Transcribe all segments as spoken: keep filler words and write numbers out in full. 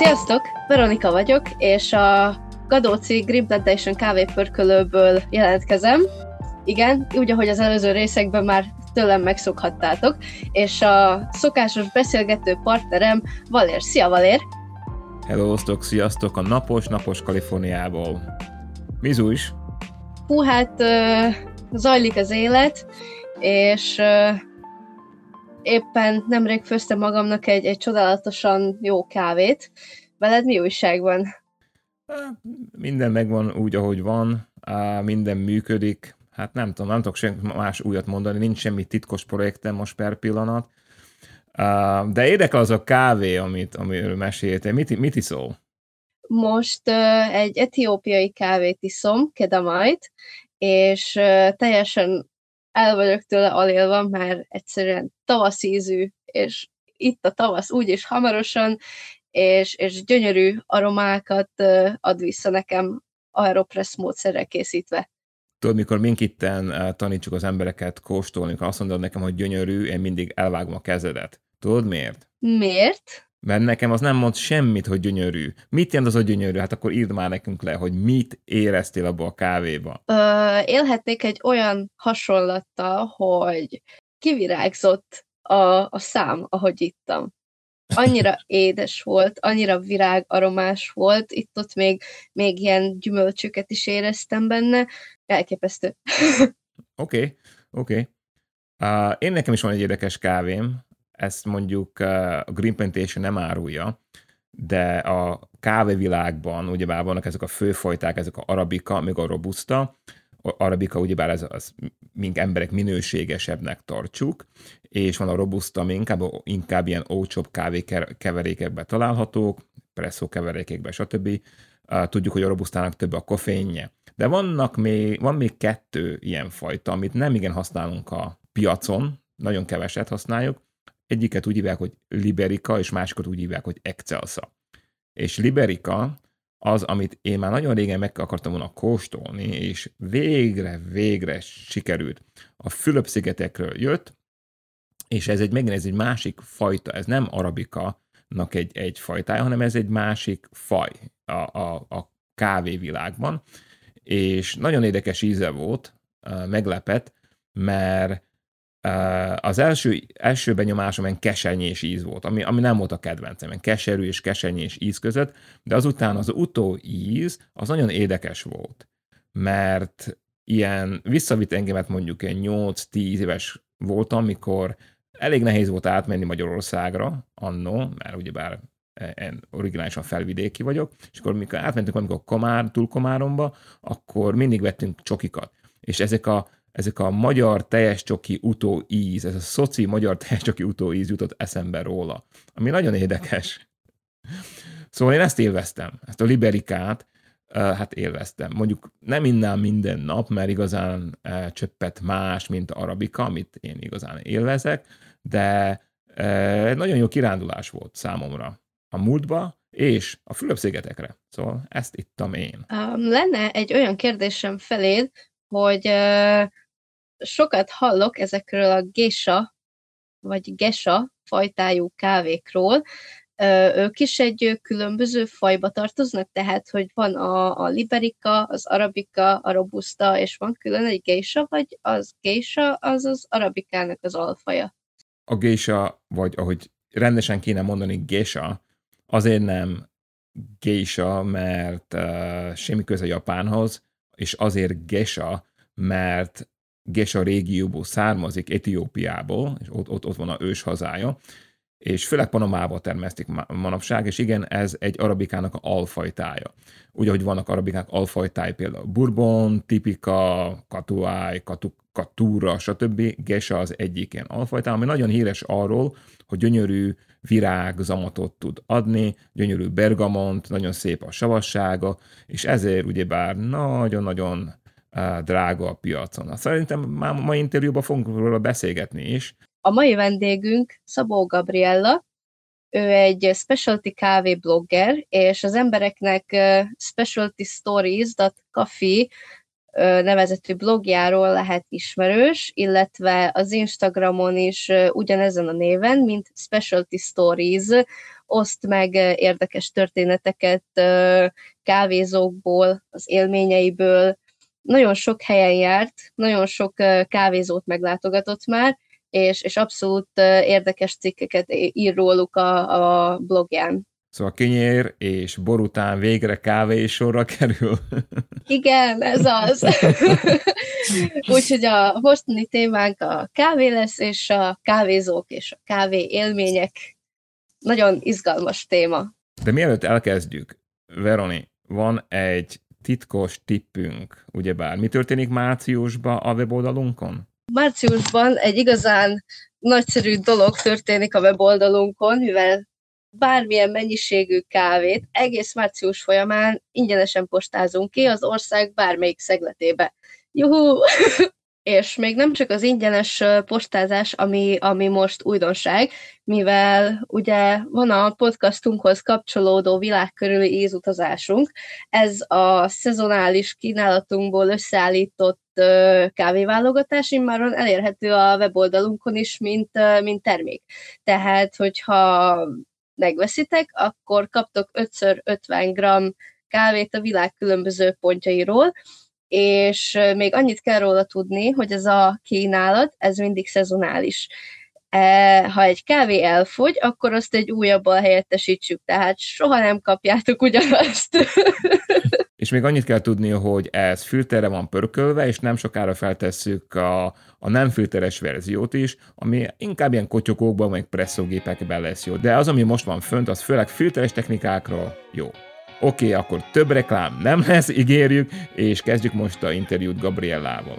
Sziasztok! Veronika vagyok, és a Gadóci Green Plantation kávépörkölőből jelentkezem. Igen, úgy, ahogy az előző részekben már tőlem megszokhattátok, és a szokásos beszélgető partnerem Valér. Szia, Valér! Hellóztok, sziasztok! A napos, napos Kaliforniából. Mizu is? Hú, hát uh, zajlik az élet, és uh, éppen nemrég főztem magamnak egy, egy csodálatosan jó kávét. Veled mi újság van? Minden megvan úgy, ahogy van, minden működik. Hát nem tudom, nem tudok semmi más újat mondani, nincs semmi titkos projektem most per pillanat. De érdekel az a kávé, amit, amiről meséltél. Mit, mit iszol? Most uh, egy etiópiai kávét iszom, Kedamait, és uh, teljesen el vagyok tőle alélva, mert egyszerűen tavaszízű, és itt a tavasz úgyis hamarosan, és, és gyönyörű aromákat uh, ad vissza nekem Aeropress módszerrel készítve. Tudod, mikor mink itten tanítsuk az embereket kóstolni, amikor azt mondod nekem, hogy gyönyörű, én mindig elvágom a kezedet. Tudod miért? Miért? Mert nekem az nem mond semmit, hogy gyönyörű. Mit jelent az, hogy gyönyörű? Hát akkor írd már nekünk le, hogy mit éreztél abba a kávéba. Ö, élhetnék egy olyan hasonlattal, hogy kivirágzott a, a szám, ahogy ittam. Annyira édes volt, annyira virágaromás volt, itt-ott még, még ilyen gyümölcsöket is éreztem benne. Elképesztő. Oké, okay, oké. Okay. Uh, én nekem is van egy érdekes kávém, ezt mondjuk uh, a Green Plantation nem árulja, de a kávévilágban ugyebár vannak ezek a főfajták, ezek a arabika, még a robusta. A arabika ugyebár ez az, mink emberek minőségesebbnek tartsuk, és van a robusta, ami inkább, inkább ilyen olcsóbb kávékeverékekben találhatók, presszó keverékekben, stb. Uh, tudjuk, hogy a robustának több a koffeinje. De vannak még, van még kettő ilyen fajta, amit nem igen használunk a piacon, nagyon keveset használjuk. Egyiket úgy hívják, hogy Liberica, és másikat úgy hívják, hogy Excelsa. És Liberica az, amit én már nagyon régen meg akartam volna kóstolni, és végre, végre sikerült. A Fülöp-szigetekről jött, és ez egy, megint ez egy másik fajta, ez nem arabika-nak egy, egy fajtája, hanem ez egy másik faj a, a, a kávévilágban, és nagyon érdekes íze volt, meglepett, mert az első, első benyomásom egy kesenyés íz volt, ami, ami nem volt a kedvencem, egy keserű és kesenyés íz között, de azután az utó íz az nagyon érdekes volt, mert ilyen visszavitt engemet mondjuk egy nyolc-tíz éves voltam, amikor elég nehéz volt átmenni Magyarországra annó, mert ugyebár én originálisan felvidéki vagyok, és akkor mikor átmentünk amikor Komár, túl Komáromba, akkor mindig vettünk csokikat, és ezek a ezek a magyar teljes csoki utó íz, ez a szoci magyar teljes csoki utó íz jutott eszembe róla, ami nagyon érdekes. Szóval én ezt élveztem, ezt a Liberikát, hát élveztem. Mondjuk nem innám minden nap, mert igazán csöppet más, mint a arabika, amit én igazán élvezek, de nagyon jó kirándulás volt számomra a múltba, és a Fülöp-szigetekre. Szóval ezt ittam én. Um, lenne egy olyan kérdésem feléd, hogy uh, sokat hallok ezekről a gésa, vagy gesa fajtájú kávékról. Uh, ők is egy különböző fajba tartoznak, tehát, hogy van a, a Liberica, az Arabica, a Robusta, és van külön egy gésa, vagy az gésa, az az Arabikának az alfaja? A gésa, vagy ahogy rendesen kéne mondani gésa, azért nem gésa, mert uh, semmi köze Japánhoz, és azért gésa, mert Gésa régióból származik, Etiópiából, és ott, ott, ott van a ős hazája, és főleg Panamába termesztik manapság, és igen, ez egy arabikának a alfajtája. Úgy, ahogy vannak arabikák alfajtái, például Bourbon, Typica, Catuai, Caturra, stb. Gésa az egyik ilyen alfajtája, ami nagyon híres arról, hogy gyönyörű virágzamatot tud adni, gyönyörű bergamont, nagyon szép a savassága, és ezért ugyebár nagyon-nagyon drága a piacon. Szerintem már mai interjúban fogunk róla beszélgetni is. A mai vendégünk Szabó Gabriella, ő egy specialty kávé blogger, és az embereknek specialty stories dot coffee nevezetű blogjáról lehet ismerős, illetve az Instagramon is ugyanezen a néven, mint Specialty Stories, oszt meg érdekes történeteket kávézókból, az élményeiből. Nagyon sok helyen járt, nagyon sok kávézót meglátogatott már, és, és abszolút érdekes cikkeket ír róluk a, a blogján. Szóval kenyér és bor után végre kávé is sorra kerül. Igen, ez az. Úgyhogy a mostani témánk a kávé lesz, és a kávézók és a kávé élmények. Nagyon izgalmas téma. De mielőtt elkezdjük, Veroni, van egy titkos tippünk, ugyebár. Mi történik márciusban a weboldalunkon? Márciusban egy igazán nagyszerű dolog történik a weboldalunkon, mivel bármilyen mennyiségű kávét egész március folyamán ingyenesen postázunk ki az ország bármelyik szegletébe. Juhú! És még nem csak az ingyenes postázás, ami, ami most újdonság, mivel ugye van a podcastunkhoz kapcsolódó világkörüli ízutazásunk, ez a szezonális kínálatunkból összeállított kávéválogatás immáron elérhető a weboldalunkon is, mint, mint termék. Tehát, hogyha megveszitek, akkor kaptok ötször ötven gramm kávét a világ különböző pontjairól, és még annyit kell róla tudni, hogy ez a kínálat, ez mindig szezonális. Ha egy kávé elfogy, akkor azt egy újabbal helyettesítsük, tehát soha nem kapjátok ugyanazt. És még annyit kell tudni, hogy ez filterre van pörkölve, és nem sokára feltesszük a, a nem filteres verziót is, ami inkább ilyen kotyogókban, meg presszógépekben lesz jó. De az, ami most van fönt, az főleg filteres technikákról jó. Oké, okay, akkor több reklám nem lesz, ígérjük, és kezdjük most a interjút Gabriellával.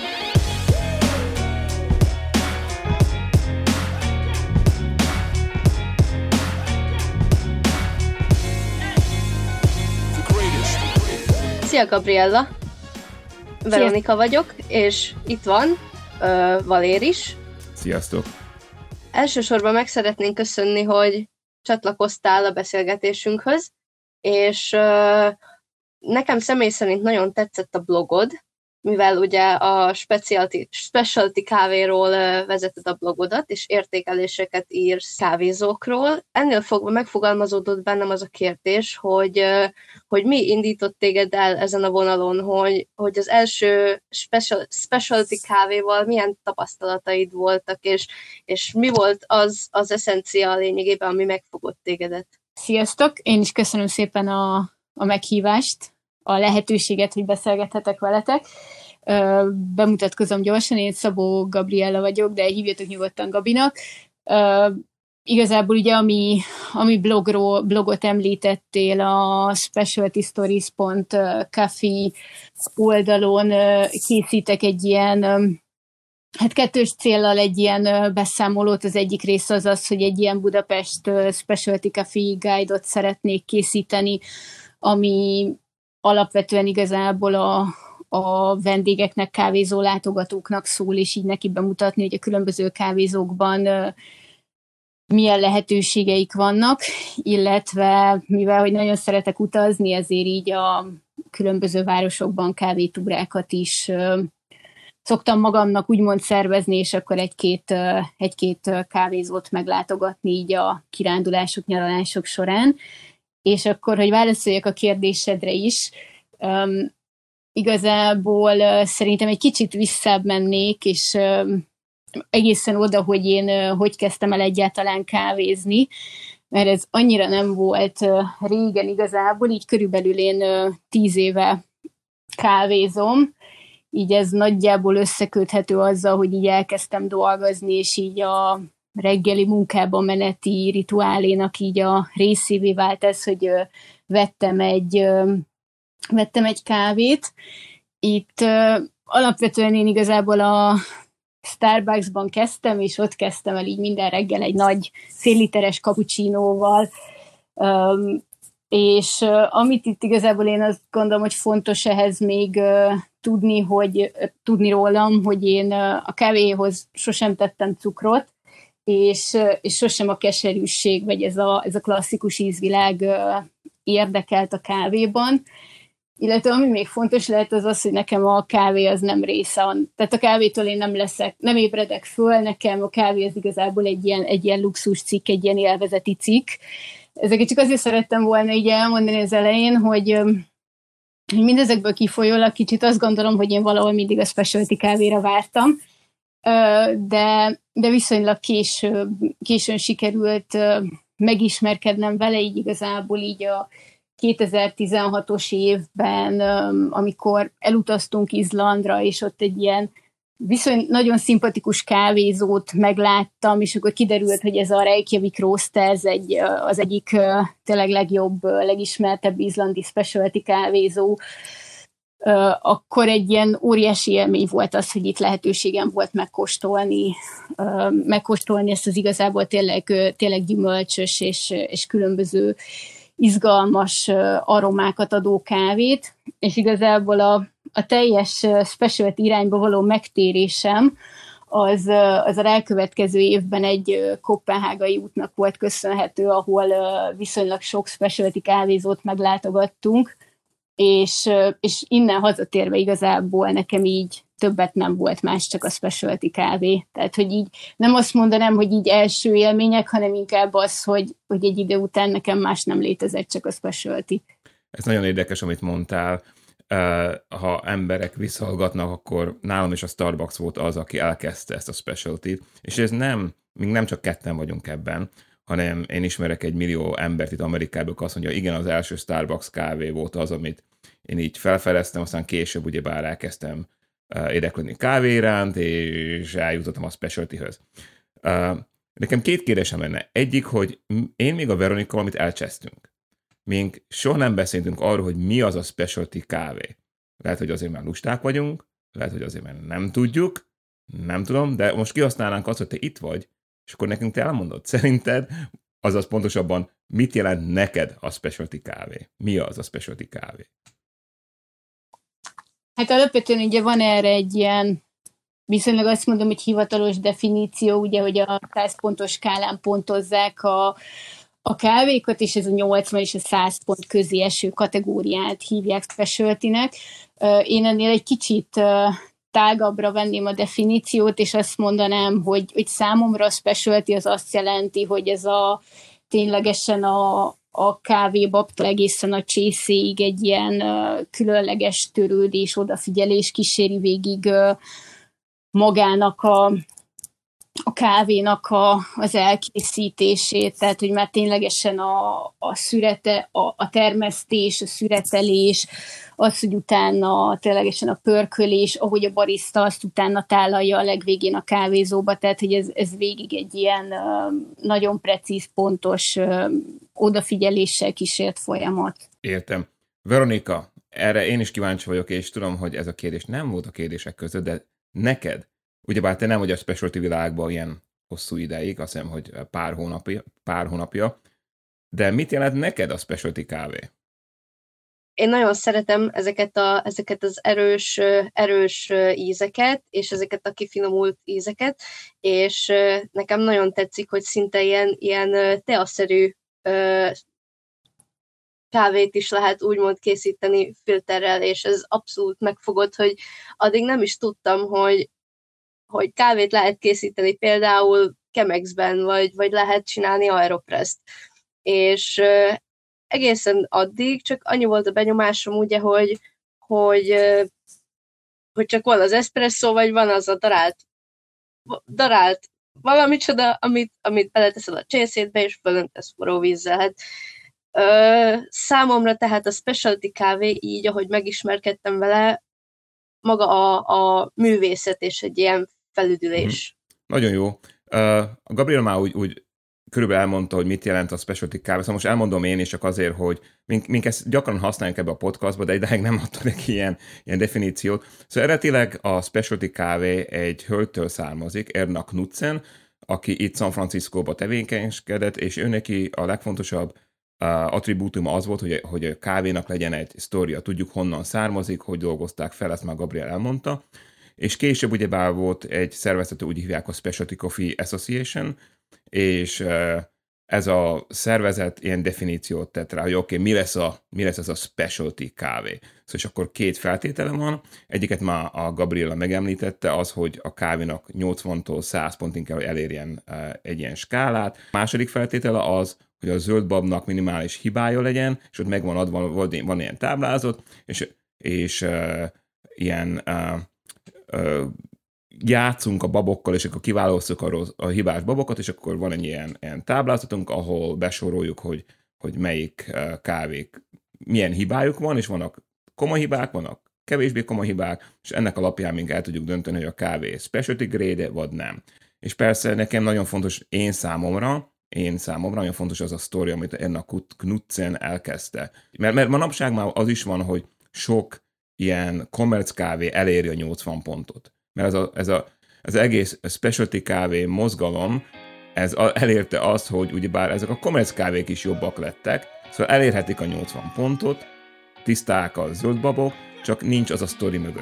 Szia, Gabriella! Veronika vagyok, és itt van uh, Valér is. Sziasztok! Elsősorban meg szeretnénk köszönni, hogy csatlakoztál a beszélgetésünkhöz, és uh, nekem személy szerint nagyon tetszett a blogod, mivel ugye a specialty, specialty kávéról uh, vezeted a blogodat, és értékeléseket írsz kávézókról. Ennél fogva megfogalmazódott bennem az a kérdés, hogy, uh, hogy mi indított téged el ezen a vonalon, hogy, hogy az első special, specialty kávéval milyen tapasztalataid voltak, és, és mi volt az, az eszencia lényegében, ami megfogott tégedet. Sziasztok! Én is köszönöm szépen a, a meghívást, a lehetőséget, hogy beszélgethetek veletek. Bemutatkozom gyorsan, én Szabó Gabriella vagyok, de hívjatok nyugodtan Gabinak. Igazából ugye, ami, ami blogról, blogot említettél, a specialtystories pont café oldalon készítek egy ilyen, hát kettős céllal egy ilyen beszámolót. Az egyik rész az az, hogy egy ilyen Budapest Specialty Café Guide-ot szeretnék készíteni, ami alapvetően igazából a, a vendégeknek, kávézó látogatóknak szól, és így neki bemutatni, hogy a különböző kávézókban uh, milyen lehetőségeik vannak, illetve mivel, hogy nagyon szeretek utazni, ezért így a különböző városokban kávétúrákat is uh, szoktam magamnak úgymond szervezni, és akkor egy-két, uh, egy-két kávézót meglátogatni így a kirándulások, nyaralások során. És akkor, hogy válaszoljak a kérdésedre is, um, igazából uh, szerintem egy kicsit visszább mennék, és um, egészen oda, hogy én uh, hogy kezdtem el egyáltalán kávézni, mert ez annyira nem volt uh, régen igazából, így körülbelül én uh, tíz éve kávézom, így ez nagyjából összeköthető azzal, hogy így elkezdtem dolgozni, és így a reggeli munkában meneti rituálénak így a részévé vált ez, hogy ö, vettem, egy, ö, vettem egy kávét. Itt ö, alapvetően én igazából a Starbucksban kezdtem, és ott kezdtem el így minden reggel egy nagy félliteres cappuccinóval, ö, és ö, amit itt igazából én azt gondolom, hogy fontos ehhez még ö, tudni, hogy, ö, tudni rólam, hogy én ö, a kávéhoz sosem tettem cukrot, és, és sosem a keserűség, vagy ez a, ez a klasszikus ízvilág érdekelt a kávéban, illetve ami még fontos lehet az az, hogy nekem a kávé az nem része. Tehát a kávétól én nem leszek, nem ébredek föl, nekem a kávé az igazából egy ilyen, egy ilyen luxus cikk, egy ilyen élvezeti cikk. Ezeket csak azért szerettem volna így elmondani az elején, hogy mindezekből kifolyólag kicsit azt gondolom, hogy én valahol mindig a specialty kávéra vártam, de, de viszonylag késő, későn sikerült megismerkednem vele, így igazából így a kétezer-tizenhatos évben, amikor elutaztunk Izlandra, és ott egy ilyen viszony nagyon szimpatikus kávézót megláttam, és akkor kiderült, hogy ez a Reykjavik Roasters egy, az egyik tényleg legjobb, legismertebb izlandi specialty kávézó, akkor egy ilyen óriási élmény volt az, hogy itt lehetőségem volt megkóstolni, megkóstolni ezt az igazából tényleg, tényleg gyümölcsös és, és különböző izgalmas aromákat adó kávét, és igazából a, a teljes specialty irányba való megtérésem az, az a rákövetkező évben egy koppenhágai útnak volt köszönhető, ahol viszonylag sok specialty kávézót meglátogattunk, és, és innen hazatérve igazából nekem így többet nem volt más, csak a specialty kávé. Tehát, hogy így nem azt mondanám, hogy így első élmények, hanem inkább az, hogy, hogy egy idő után nekem más nem létezett, csak a specialty. Ez nagyon érdekes, amit mondtál. Ha emberek visszahallgatnak, akkor nálam is a Starbucks volt az, aki elkezdte ezt a specialty-t, és ez nem, még nem csak ketten vagyunk ebben, hanem én ismerek egy millió embert itt Amerikában, aki azt mondja, igen, az első Starbucks kávé volt az, amit én így felfedeztem, aztán később ugyebár elkezdtem érdeklődni kávé iránt, és eljutottam a specialtyhöz. Nekem két kérdésem lenne. Egyik, hogy én még a Veronika valamit elcsesztünk. Még soha nem beszéltünk arról, hogy mi az a specialty kávé. Lehet, hogy azért már lusták vagyunk, lehet, hogy azért már nem tudjuk, nem tudom, de most kihasználnánk azt, hogy te itt vagy, és akkor nekünk te elmondod. Szerinted, azaz pontosabban, mit jelent neked a specialty kávé? Mi az a specialty kávé? Hát alapvetően ugye van erre egy ilyen, viszonylag azt mondom, hogy hivatalos definíció, ugye, hogy a száz pontos skálán pontozzák a, a kávékat, és ez a nyolcvan és a száz pont közé eső kategóriát hívják specialtynek. Én ennél egy kicsit tágabbra venném a definíciót, és azt mondanám, hogy, hogy számomra a specialty az azt jelenti, hogy ez a ténylegesen a, a kávébabtól egészen a csészéig egy ilyen uh, különleges törődés, odafigyelés kíséri végig uh, magának a, a kávénak a, az elkészítését, tehát hogy már ténylegesen a, a szürete, a, a termesztés, a szüretelés, az, hogy utána ténylegesen a pörkölés, ahogy a barista azt utána tálalja a legvégén a kávézóba, tehát hogy ez, ez végig egy ilyen uh, nagyon precíz, pontos uh, odafigyeléssel kísért folyamat. Értem. Veronika, erre én is kíváncsi vagyok, és tudom, hogy ez a kérdés nem volt a kérdések között, de neked, ugyebár te nem vagy a specialty világban ilyen hosszú ideig, azt hiszem, hogy pár hónapja, pár hónapja, de mit jelent neked a specialty kávé? Én nagyon szeretem ezeket, a, ezeket az erős, erős ízeket, és ezeket a kifinomult ízeket, és nekem nagyon tetszik, hogy szinte ilyen, ilyen teaszerű kávét is lehet úgymond készíteni filterrel, és ez abszolút megfogott, hogy addig nem is tudtam, hogy, hogy kávét lehet készíteni például Chemexben, vagy, vagy lehet csinálni Aeropress-t. És egészen addig csak annyi volt a benyomásom, ugye, hogy, hogy, hogy csak van az espresszó, vagy van az a darált, darált valamicsoda, amit, amit beleteszed a csészétbe, és fölöntesz forró vízzel. Hát, ö, számomra tehát a specialty kávé, így, ahogy megismerkedtem vele, maga a, a művészet és egy ilyen felüdülés. Hmm. Nagyon jó. Uh, a Gabriel már úgy, úgy körülbelül elmondta, hogy mit jelent a specialty kávé. Szóval most elmondom én is csak azért, hogy mink, mink ezt gyakran használjuk ebbe a podcastba, de ideig nem adtunk neki ilyen, ilyen definíciót. Szóval eredetileg a specialty kávé egy hölgytől származik, Erna Knudsen, aki itt San Franciscóba tevékenykedett, és ő neki a legfontosabb uh, attribútuma az volt, hogy, hogy a kávénak legyen egy sztoria. Tudjuk, honnan származik, hogy dolgozták fel, ezt már Gabriel elmondta. És később ugyebár volt egy szervezet, úgy hívják a Specialty Coffee Association, és uh, ez a szervezet ilyen definíciót tett rá, hogy oké, okay, mi lesz a, mi lesz ez a specialty kávé. Szóval és akkor két feltétele van, egyiket már a Gabriela megemlítette, az, hogy a kávénak nyolcvantól száz pontig kell, hogy elérjen egy ilyen skálát. A második feltétele az, hogy a zöld babnak minimális hibája legyen, és ott megvan adva, van, van ilyen táblázat, és, és uh, ilyen uh, uh, játszunk a babokkal, és akkor kiválasztjuk a, rossz, a hibás babokat, és akkor van egy ilyen, ilyen táblázatunk, ahol besoroljuk, hogy, hogy melyik kávék, milyen hibájuk van, és vannak komoly hibák, vannak kevésbé komoly hibák, és ennek alapján még el tudjuk dönteni, hogy a kávé specialty grade vagy nem. És persze nekem nagyon fontos, én számomra, én számomra nagyon fontos az a sztori, amit Erna Knudsen elkezdte. Mert, mert manapság már az is van, hogy sok ilyen commerce kávé eléri a nyolcvan pontot. Mert ez, a, ez a, az egész specialty kávé mozgalom, ez a, elérte azt, hogy ugyebár ezek a commerce kávék is jobbak lettek, szóval elérhetik a nyolcvan pontot, tiszták a zöld babok, csak nincs az a sztori mögött.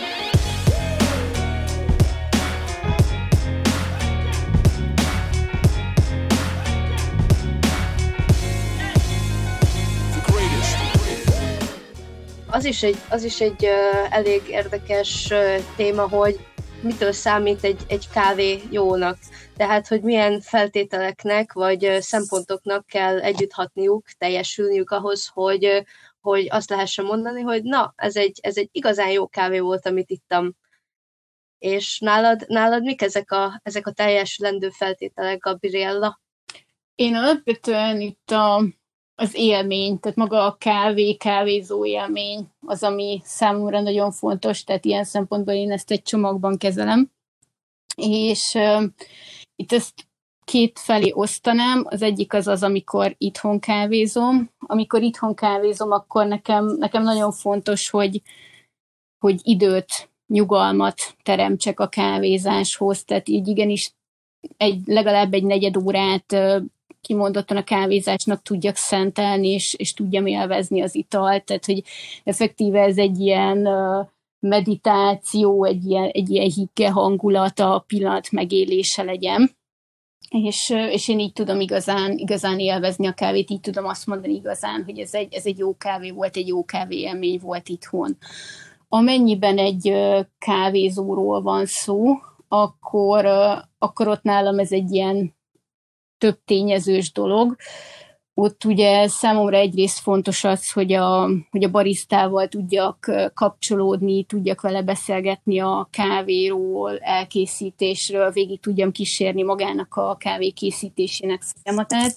Az is egy, az is egy uh, elég érdekes uh, téma, hogy mitől számít egy, egy kávé jónak. Tehát, hogy milyen feltételeknek vagy uh, szempontoknak kell együtt hatniuk, teljesülniük ahhoz, hogy, uh, hogy azt lehessen mondani, hogy na, ez egy, ez egy igazán jó kávé volt, amit ittam. És nálad, nálad mik ezek a, ezek a teljesülendő feltételek, Gabriella? Én alapvetően itt a az élmény, tehát maga a kávé, kávézó élmény az, ami számomra nagyon fontos, tehát ilyen szempontból én ezt egy csomagban kezelem. És uh, itt ezt két felé osztanám, az egyik az az, amikor itthon kávézom. Amikor itthon kávézom, akkor nekem, nekem nagyon fontos, hogy, hogy időt, nyugalmat teremtsek a kávézáshoz, tehát így igenis egy, legalább egy negyed órát uh, kimondottan a kávézásnak tudjak szentelni, és, és tudjam élvezni az italt, tehát hogy effektíve ez egy ilyen uh, meditáció, egy ilyen, egy ilyen higge hangulata, a pillanat megélése legyen, és, uh, és én így tudom igazán, igazán élvezni a kávét, így tudom azt mondani igazán, hogy ez egy, ez egy jó kávé volt, egy jó kávé élmény volt itthon. Amennyiben egy uh, kávézóról van szó, akkor, uh, akkor ott nálam ez egy ilyen több tényezős dolog. Ott ugye számomra egyrészt fontos az, hogy a, hogy a barisztával tudjak kapcsolódni, tudjak vele beszélgetni a kávéról, elkészítésről, végig tudjam kísérni magának a kávé készítésének folyamatát.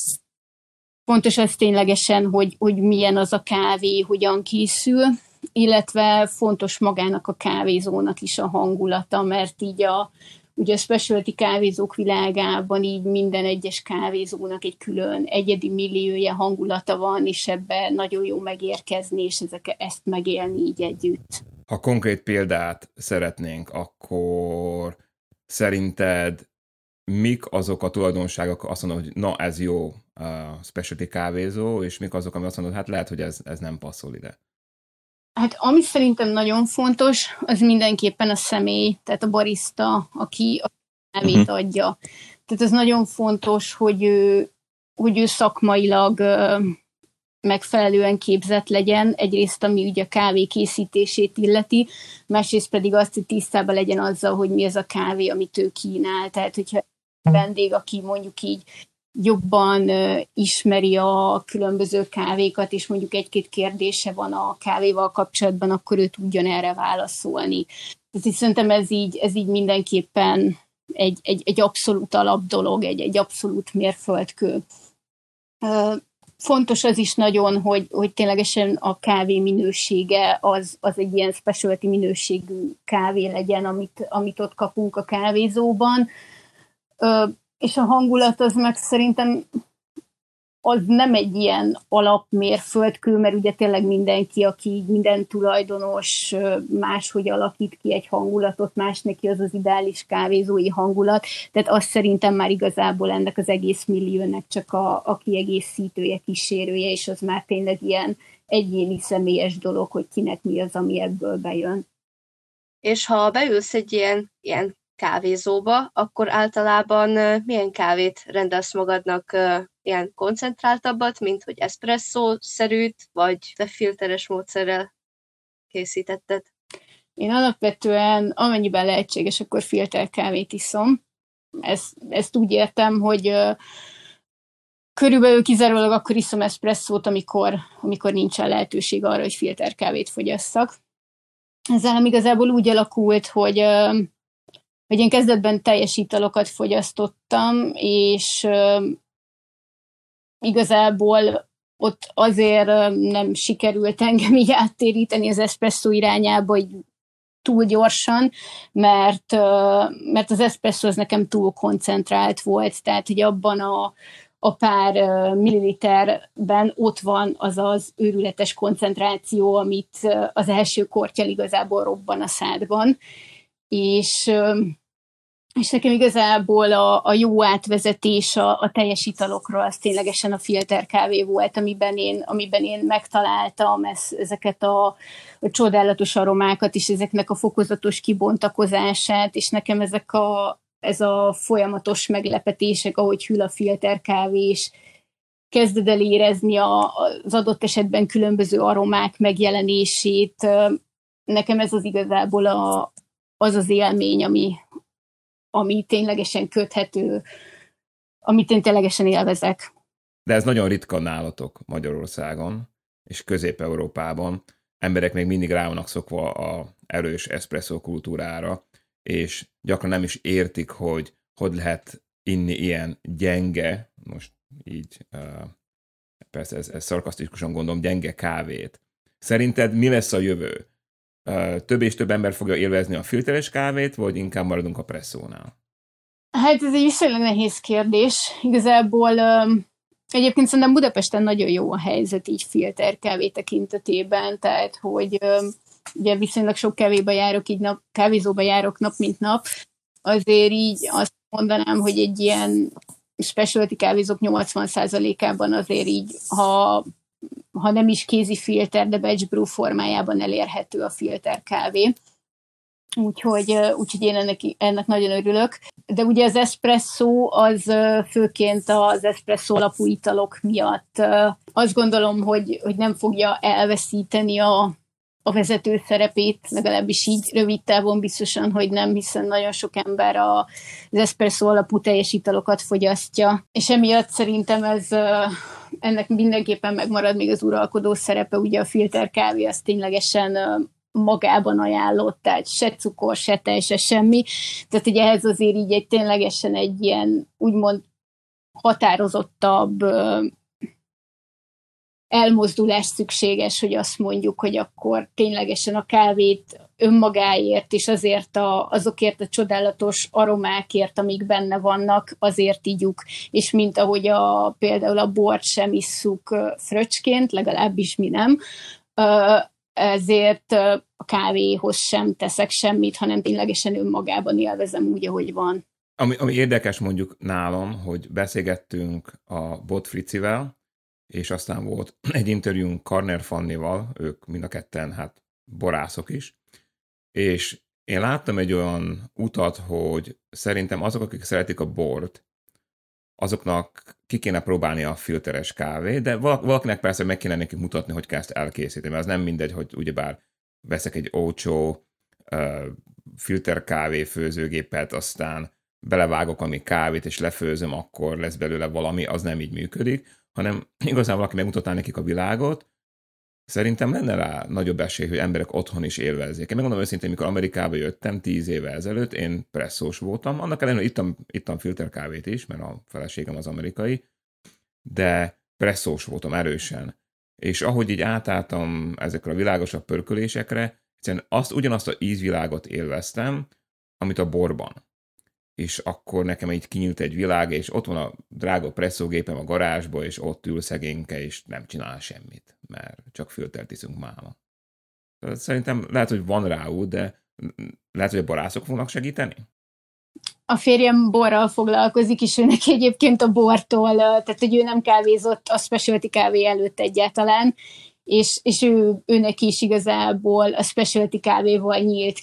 Fontos az ténylegesen, hogy, hogy milyen az a kávé, hogyan készül, illetve fontos magának a kávézónak is a hangulata, mert így a ugye a specialty kávézók világában így minden egyes kávézónak egy külön egyedi milliója, hangulata van, és ebben nagyon jó megérkezni, és ezek, ezt megélni így együtt. Ha konkrét példát szeretnénk, akkor szerinted mik azok a tulajdonságok, azt mondod, hogy na ez jó uh, specialty kávézó, és mik azok, ami azt mondod, hát lehet, hogy ez, ez nem passzol ide? Hát ami szerintem nagyon fontos, az mindenképpen a személy, tehát a barista, aki a kávét uh-huh. adja. Tehát ez nagyon fontos, hogy ő, hogy ő szakmailag uh, megfelelően képzett legyen, egyrészt ami ugye a kávé készítését illeti, másrészt pedig azt, hogy tisztában legyen azzal, hogy mi az a kávé, amit ő kínál. Tehát, hogyha vendég, aki mondjuk így jobban uh, ismeri a különböző kávékat, és mondjuk egy-két kérdése van a kávéval kapcsolatban, akkor ő tudjon erre válaszolni. Tehát szerintem ez így, ez így mindenképpen egy, egy, egy abszolút alapdolog, egy, egy abszolút mérföldkő. Uh, fontos az is nagyon, hogy, hogy ténylegesen a kávé minősége az, az egy ilyen specialty minőségű kávé legyen, amit, amit ott kapunk a kávézóban. Uh, és a hangulat az meg szerintem az nem egy ilyen alapmérföldkő, mert ugye tényleg mindenki, aki minden tulajdonos máshogy alakít ki egy hangulatot, más neki az az ideális kávézói hangulat, tehát az szerintem már igazából ennek az egész milliónek csak a, a kiegészítője, kísérője, és az már tényleg ilyen egyéni személyes dolog, hogy kinek mi az, ami ebből bejön. És ha beülsz egy ilyen, ilyen kávézóba, akkor általában milyen kávét rendelsz magadnak, ilyen koncentráltabbat, mint hogy eszpresszó-szerűt, vagy te filteres módszerrel készítetted? Én alapvetően amennyiben lehetséges, akkor filterkávét iszom. Ezt, ezt úgy értem, hogy uh, körülbelül kizárólag akkor iszom eszpresszót, amikor, amikor nincsen lehetőség arra, hogy filterkávét fogyasszak. Ezzel nem igazából úgy alakult, hogy, uh, hogy én kezdetben teljes italokat fogyasztottam, és uh, igazából ott azért uh, nem sikerült engem így áttéríteni az eszpresszó irányába, hogy túl gyorsan, mert, mert az eszpresszó az nekem túl koncentrált volt, tehát hogy abban a, a pár milliliterben ott van az az őrületes koncentráció, amit az első korttyal igazából robban a szádban, és, és nekem igazából a, a jó átvezetés a, a teljes italokról az ténylegesen a filterkávé volt, amiben én, amiben én megtaláltam ez, ezeket a, a csodálatos aromákat, és ezeknek a fokozatos kibontakozását, és nekem ezek a, ez a folyamatos meglepetések, ahogy hűl a filterkávé, és kezded el érezni a, az adott esetben különböző aromák megjelenését. Nekem ez az igazából a, az az élmény, ami ami ténylegesen köthető, amit én ténylegesen élvezek. De ez nagyon ritka nálatok Magyarországon és Közép-Európában. Emberek még mindig rá vannak szokva az erős eszpresszó kultúrára, és gyakran nem is értik, hogy hogy lehet inni ilyen gyenge, most így, uh, persze ez, ez szarkasztikusan gondolom, gyenge kávét. Szerinted mi lesz a jövő? Uh, több és több ember fogja élvezni a filteres kávét, vagy inkább maradunk a presszónál? Hát ez egy viszonylag nehéz kérdés. Igazából um, egyébként szerintem Budapesten nagyon jó a helyzet így filterkávé tekintetében, tehát hogy um, ugye viszonylag sok kávéba járok, így nap, kávézóba járok nap, mint nap. Azért így azt mondanám, hogy egy ilyen specialty kávézók nyolcvan százalékában azért így, ha ha nem is kézi filter, de batch brew formájában elérhető a filterkávé. Úgyhogy, úgyhogy én ennek, ennek nagyon örülök. De ugye az espresszó az főként az espresszó alapú italok miatt azt gondolom, hogy, hogy nem fogja elveszíteni a, a vezető szerepét, legalábbis így rövid távon biztosan, hogy nem, hiszen nagyon sok ember a, az espresszó alapú teljes italokat fogyasztja. És emiatt szerintem ez ennek mindenképpen megmarad még az uralkodó szerepe, ugye a filterkávé az ténylegesen magában ajánlott, tehát se cukor, se tej, se semmi. Tehát ugye ehhez azért így egy ténylegesen egy ilyen úgymond határozottabb elmozdulás szükséges, hogy azt mondjuk, hogy akkor ténylegesen a kávét önmagáért, és azért a, azokért a csodálatos aromákért, amik benne vannak, azért ígyuk, és mint ahogy a, például a bort sem isszuk fröccsként, legalábbis mi nem, ezért a kávéhoz sem teszek semmit, hanem ténylegesen önmagában élvezem úgy, ahogy van. Ami, ami érdekes mondjuk nálam, hogy beszélgettünk a Bot Fricivel, és aztán volt egy interjúnk Karner Fannival, ők mind a ketten hát borászok is, és én láttam egy olyan utat, hogy szerintem azok, akik szeretik a bort, azoknak ki kéne próbálni a filteres kávét, de valakinek persze meg kéne nekik mutatni, hogy kell ezt elkészíteni, mert az nem mindegy, hogy ugyebár veszek egy olcsó uh, filterkávé főzőgépet, aztán belevágok ami kávét, és lefőzöm, akkor lesz belőle valami, az nem így működik, hanem igazán valaki megmutatná nekik a világot, szerintem lenne rá nagyobb esély, hogy emberek otthon is élvezzék. Én megmondom őszintén, mikor Amerikába jöttem tíz éve ezelőtt, én presszós voltam, annak ellenére, hogy ittam, ittam filterkávét is, mert a feleségem az amerikai, de presszós voltam erősen. És ahogy így átálltam ezekre a világosabb pörkölésekre, egyszerűen azt, ugyanazt az ízvilágot élveztem, amit a borban. És akkor nekem így kinyílt egy világ, és ott van a drága presszógépem a garázsba, és ott ül szegényke, és nem csinál semmit, mert csak filtert iszunk máma. Szerintem lehet, hogy van rá út, de lehet, hogy a borászok fognak segíteni? A férjem borral foglalkozik, és ő neki egyébként a bortól, tehát hogy ő nem kávézott a specialty kávé előtt egyáltalán, és, és ő, ő neki is igazából a specialty kávéval nyílt ki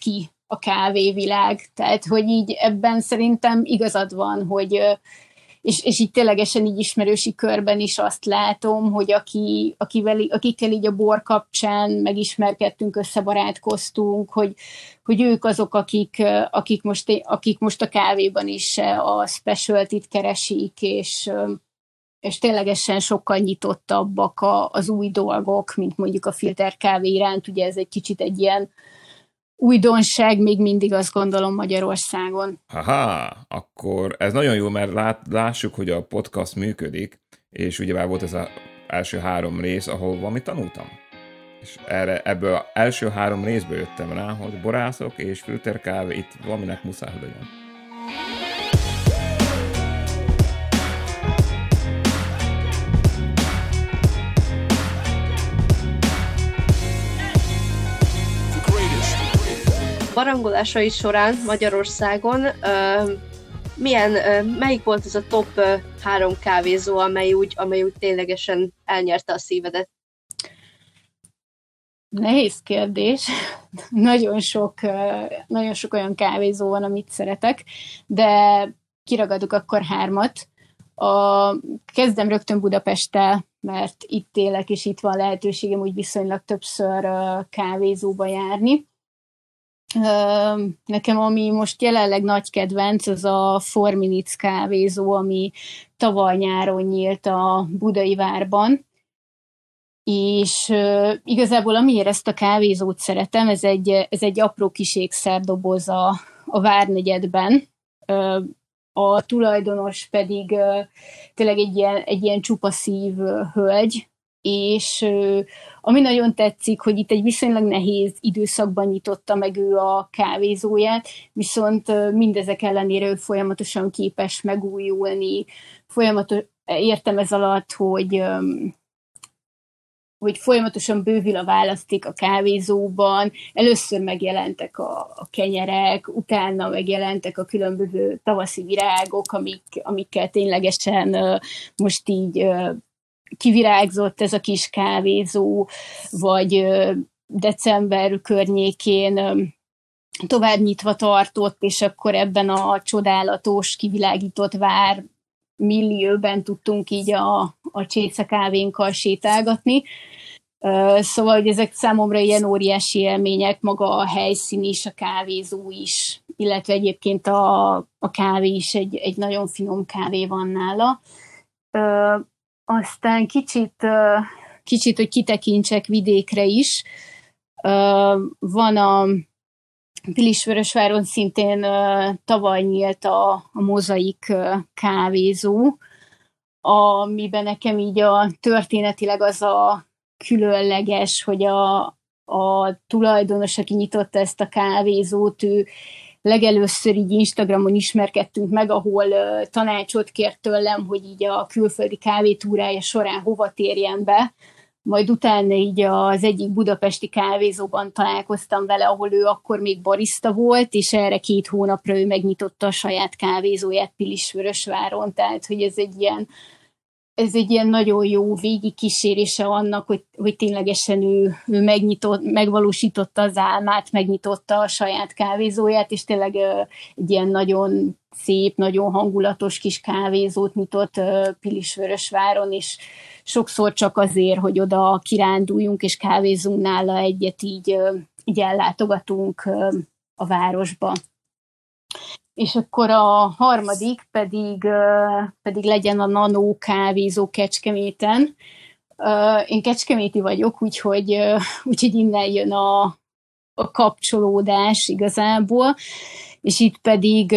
a kávévilág. Tehát, hogy így ebben szerintem igazad van, hogy és, és így ténylegesen így ismerősi körben is azt látom, hogy aki, akivel, akikkel így a bor kapcsán megismerkedtünk, összebarátkoztunk, hogy, hogy ők azok, akik, akik, most, akik most a kávéban is a specialty-t keresik, és, és ténylegesen sokkal nyitottabbak az új dolgok, mint mondjuk a filterkávé iránt. Ugye ez egy kicsit egy ilyen újdonság, még mindig azt gondolom Magyarországon. Aha, akkor ez nagyon jó, mert lát, lássuk, hogy a podcast működik, és ugye már volt ez az első három rész, ahol valamit tanultam. És erre, ebből az első három részből jöttem rá, hogy borászok és filterkávé itt valaminek muszáj, hogy legyen. Barangolásai során Magyarországon uh, milyen, uh, melyik volt ez a top uh, három kávézó, amely úgy, amely úgy ténylegesen elnyerte a szívedet? Nehéz kérdés. nagyon, sok, uh, nagyon sok olyan kávézó van, amit szeretek, de kiragadok akkor hármat. A, kezdem rögtön Budapesttel, mert itt élek, és itt van lehetőségem úgy viszonylag többször uh, kávézóba járni. Nekem, ami most jelenleg nagy kedvenc, az a Four Minutes kávézó, ami tavaly nyáron nyílt a Budai Várban, és igazából amiért ezt a kávézót szeretem, ez egy, ez egy apró kis ékszerdoboz a, a Várnegyedben, a tulajdonos pedig tényleg egy ilyen, egy ilyen csupaszív hölgy, és ami nagyon tetszik, hogy itt egy viszonylag nehéz időszakban nyitotta meg ő a kávézóját, viszont mindezek ellenére ő folyamatosan képes megújulni, folyamatos, értem ez alatt, hogy, hogy folyamatosan bővül a választék a kávézóban, először megjelentek a, a kenyerek, utána megjelentek a különböző tavaszi virágok, amik, amikkel ténylegesen most így kivirágzott ez a kis kávézó, vagy december környékén tovább nyitva tartott, és akkor ebben a csodálatos, kivilágított vár millióben tudtunk így a, a csésze kávénkkal sétálgatni. Szóval, hogy ezek számomra ilyen óriási élmények, maga a helyszín is, a kávézó is, illetve egyébként a, a kávé is, egy, egy nagyon finom kávé van nála. Aztán kicsit, kicsit, hogy kitekintsek vidékre is. Van a Pilisvörösváron szintén tavaly nyílt a, a Mozaik kávézó, amiben nekem így a történetileg az a különleges, hogy a, a tulajdonos, aki nyitotta ezt a kávézót, ő legelőször így Instagramon ismerkedtünk meg, ahol uh, tanácsot kért tőlem, hogy így a külföldi kávétúrája során hova térjen be, majd utána így az egyik budapesti kávézóban találkoztam vele, ahol ő akkor még barista volt, és erre két hónapra ő megnyitotta a saját kávézóját Pilisvörösváron, tehát hogy ez egy ilyen ez egy ilyen nagyon jó végigkísérése annak, hogy, hogy ténylegesen ő, ő megnyitott, megvalósította az álmát, megnyitotta a saját kávézóját, és tényleg uh, egy ilyen nagyon szép, nagyon hangulatos kis kávézót nyitott uh, Pilisvörösváron, és sokszor csak azért, hogy oda kiránduljunk, és kávézunk nála egyet, így, uh, így ellátogatunk uh, a városba. És akkor a harmadik pedig, pedig legyen a Nano kávézó Kecskeméten. Én kecskeméti vagyok, úgyhogy, úgyhogy innen jön a, a kapcsolódás igazából, és itt pedig,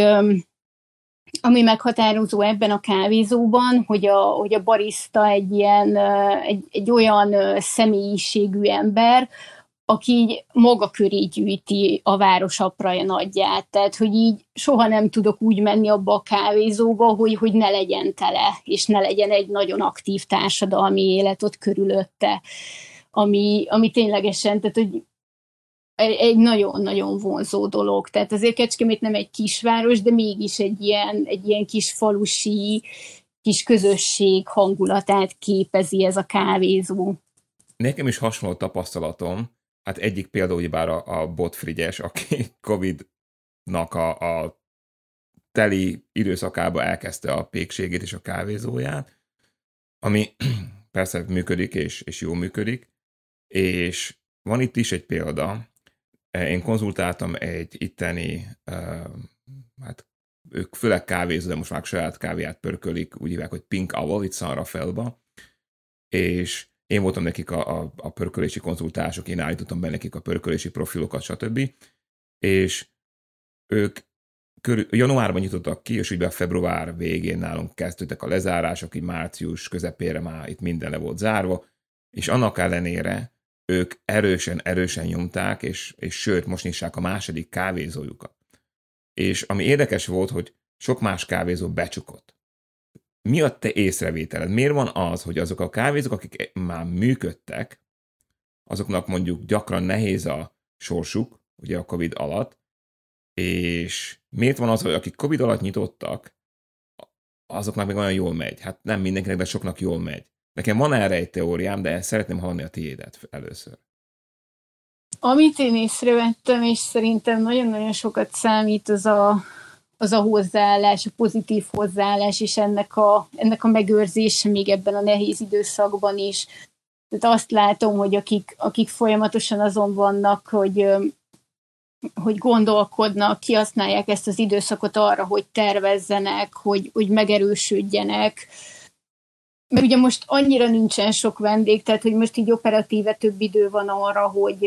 ami meghatározó ebben a kávézóban, hogy a, hogy a barista egy, ilyen, egy, egy olyan személyiségű ember, aki így maga köré gyűjti a város apraja nagyját. Tehát, hogy így soha nem tudok úgy menni abba a kávézóba, hogy, hogy ne legyen tele, és ne legyen egy nagyon aktív társadalmi élet ott körülötte, ami, ami ténylegesen, tehát, hogy egy nagyon-nagyon vonzó dolog. Tehát azért Kecskemét nem egy kisváros, de mégis egy ilyen, egy ilyen kis falusi, kis közösség hangulatát képezi ez a kávézó. Nekem is hasonló tapasztalatom, hát egyik példa ugyebár a, a Bot Frigyes, aki Covid-nak a, a teli időszakába elkezdte a pékségét és a kávézóját, ami persze működik, és, és jól működik, és van itt is egy példa. Én konzultáltam egy itteni, uh, hát ők főleg kávézó, de most már saját kávéját pörkölik, úgy hívják, hogy Pink Owl, itt San Rafaelba, és én voltam nekik a, a, a pörkölési konzultások, én állítottam be nekik a pörkölési profilokat, stb. És ők körül, januárban nyitottak ki, és ugye a február végén nálunk kezdődtek a lezárások, így március közepére már itt minden le volt zárva, és annak ellenére ők erősen, erősen nyomták, és, és sőt, most nyissák a második kávézójukat. És ami érdekes volt, hogy sok más kávézó becsukott. Mi a te észrevételed? Miért van az, hogy azok a kávézók, akik már működtek, azoknak mondjuk gyakran nehéz a sorsuk, ugye a Covid alatt, és miért van az, hogy akik Covid alatt nyitottak, azoknak még olyan jól megy? Hát nem mindenkinek, de soknak jól megy. Nekem van erre egy teóriám, de szeretném hallani a tiédet először. Amit én észrevettem, és szerintem nagyon-nagyon sokat számít, az a, az a hozzáállás, a pozitív hozzáállás, és ennek a, ennek a megőrzése még ebben a nehéz időszakban is. Tehát azt látom, hogy akik, akik folyamatosan azon vannak, hogy, hogy gondolkodnak, kihasználják ezt az időszakot arra, hogy tervezzenek, hogy, hogy megerősödjenek. Mert ugye most annyira nincsen sok vendég, tehát hogy most így operatíve több idő van arra, hogy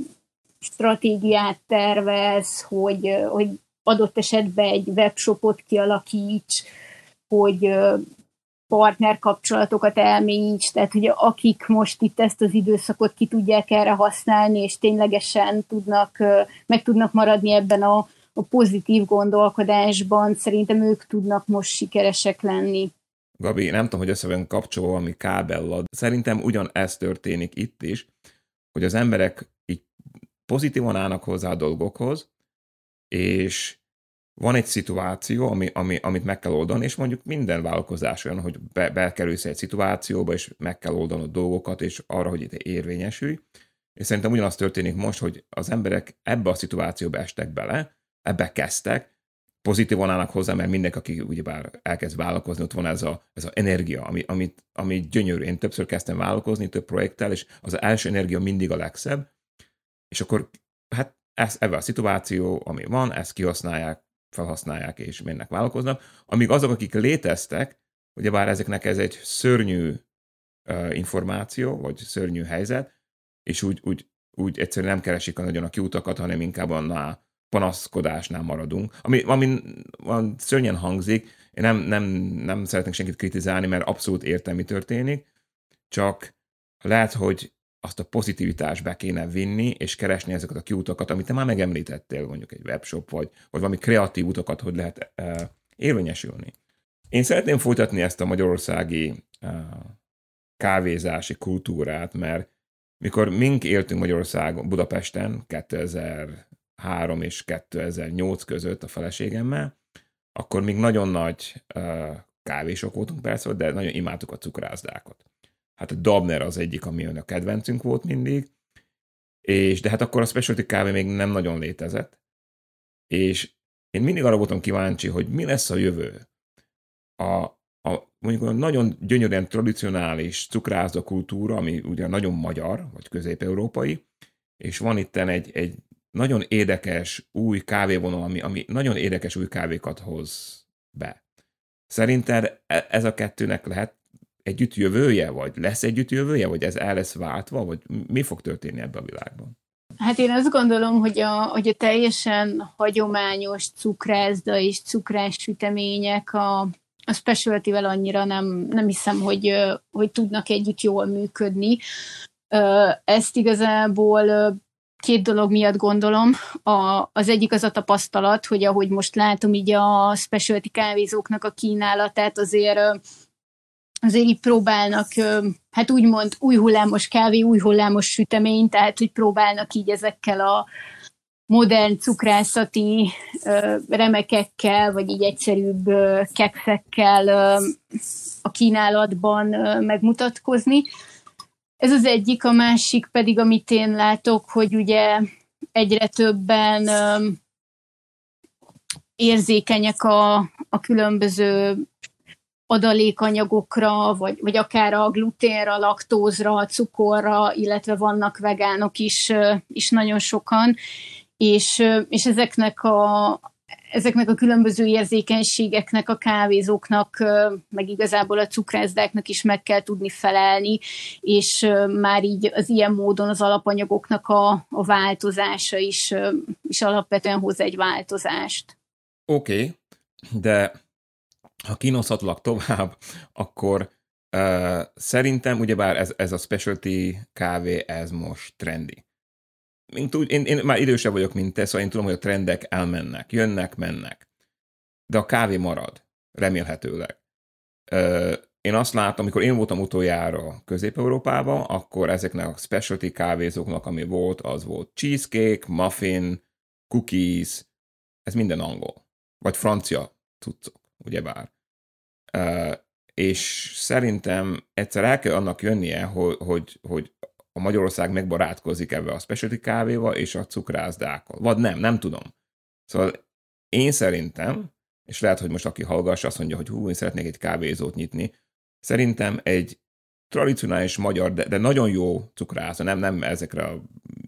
stratégiát tervez, hogy, hogy adott esetben egy webshopot kialakíts, hogy partnerkapcsolatokat elmélyíts, tehát hogy akik most itt ezt az időszakot ki tudják erre használni, és ténylegesen tudnak, meg tudnak maradni ebben a, a pozitív gondolkodásban, szerintem ők tudnak most sikeresek lenni. Gabi, nem tudom, hogy össze van kapcsolva valami kábellal. Szerintem ugyanez történik itt is, hogy az emberek így pozitívan állnak hozzá a dolgokhoz, és van egy szituáció, ami, ami, amit meg kell oldani, és mondjuk minden vállalkozás olyan, hogy be, bekerülsz egy szituációba, és meg kell oldanod dolgokat, és arra, hogy itt érvényesülj. És szerintem ugyanaz történik most, hogy az emberek ebbe a szituációba estek bele, ebbe kezdtek, pozitívan állnak hozzá, mert mindenki, aki ugyebár elkezd vállalkozni, ott van ez a, ez a energia, ami, amit, ami gyönyörű. Én többször kezdtem vállalkozni, több projekttel, és az első energia mindig a legszebb, és akkor hát ez, ebben a szituáció, ami van, ezt kihasználják, felhasználják, és mennek vállalkoznak, amíg azok, akik léteztek, ugyebár ezeknek ez egy szörnyű uh, információ, vagy szörnyű helyzet, és úgy, úgy, úgy egyszerűen nem keresik a nagyon a kiutakat, hanem inkább annál panaszkodásnál maradunk. Ami, ami ami szörnyen hangzik, én nem, nem, nem szeretnék senkit kritizálni, mert abszolút értem, mi történik, csak lehet, hogy azt a pozitivitást be kéne vinni, és keresni ezeket a kiutakat, amit te már megemlítettél, mondjuk egy webshop, vagy, vagy valami kreatív utakat, hogy lehet uh, érvényesülni. Én szeretném folytatni ezt a magyarországi uh, kávézási kultúrát, mert mikor mink éltünk Magyarországon, Budapesten kétezer-három és kétezer-nyolc között a feleségemmel, akkor még nagyon nagy uh, kávésok voltunk persze, de nagyon imádtuk a cukrászdákat. Hát a Dabner az egyik, ami a kedvencünk volt mindig, és de hát akkor a specialty kávé még nem nagyon létezett, és én mindig arra voltam kíváncsi, hogy mi lesz a jövő. A, a mondjuk a nagyon gyönyörűen tradicionális cukrászda kultúra, ami ugye nagyon magyar, vagy közép-európai, és van itten egy, egy nagyon érdekes új kávévonal, ami, ami nagyon érdekes új kávékat hoz be. Szerinted ez a kettőnek lehet együtt jövője, vagy lesz együtt jövője, vagy ez el lesz váltva, vagy mi fog történni ebben a világban? Hát én azt gondolom, hogy a, hogy a teljesen hagyományos cukrászda és cukrás sütemények a, a specialty-vel annyira nem, nem hiszem, hogy, hogy tudnak együtt jól működni. Ezt igazából két dolog miatt gondolom. A, az egyik az a tapasztalat, hogy ahogy most látom így a specialty kávézóknak a kínálatát, azért azért így próbálnak, hát úgymond új hullámos kávé, új hullámos sütemény, tehát hogy próbálnak így ezekkel a modern cukrászati remekekkel, vagy így egyszerűbb kekszekkel a kínálatban megmutatkozni. Ez az egyik, a másik pedig, amit én látok, hogy ugye egyre többen um, érzékenyek a, a különböző adalékanyagokra, vagy, vagy akár a gluténra, a laktózra, a cukorra, illetve vannak vegánok is, is nagyon sokan, és, és ezeknek, a, ezeknek a különböző érzékenységeknek a kávézóknak, meg igazából a cukrászdáknak is meg kell tudni felelni, és már így az ilyen módon az alapanyagoknak a, a változása is, is alapvetően hoz egy változást. Oké, okay, de ha kínozhatlak tovább, akkor uh, szerintem ugyebár ez, ez a specialty kávé, ez most trendi. Mint úgy, én, én már idősebb vagyok, mint te, szóval én tudom, hogy a trendek elmennek, jönnek, mennek. De a kávé marad, remélhetőleg. Uh, én azt láttam, amikor én voltam utoljára Közép-Európában, akkor ezeknek a specialty kávézóknak, ami volt, az volt cheesecake, muffin, cookies, ez minden angol. Vagy francia cuccok, ugyebár. Uh, és szerintem egyszer el kell annak jönnie, hogy, hogy, hogy a Magyarország megbarátkozik ebbe a specialty kávéval és a cukrászdákkal. Vagy nem, nem tudom. Szóval én szerintem, és lehet, hogy most aki hallgassa, azt mondja, hogy hú, én szeretnék egy kávézót nyitni, szerintem egy tradicionális magyar, de, de nagyon jó cukrász, nem, nem ezekre a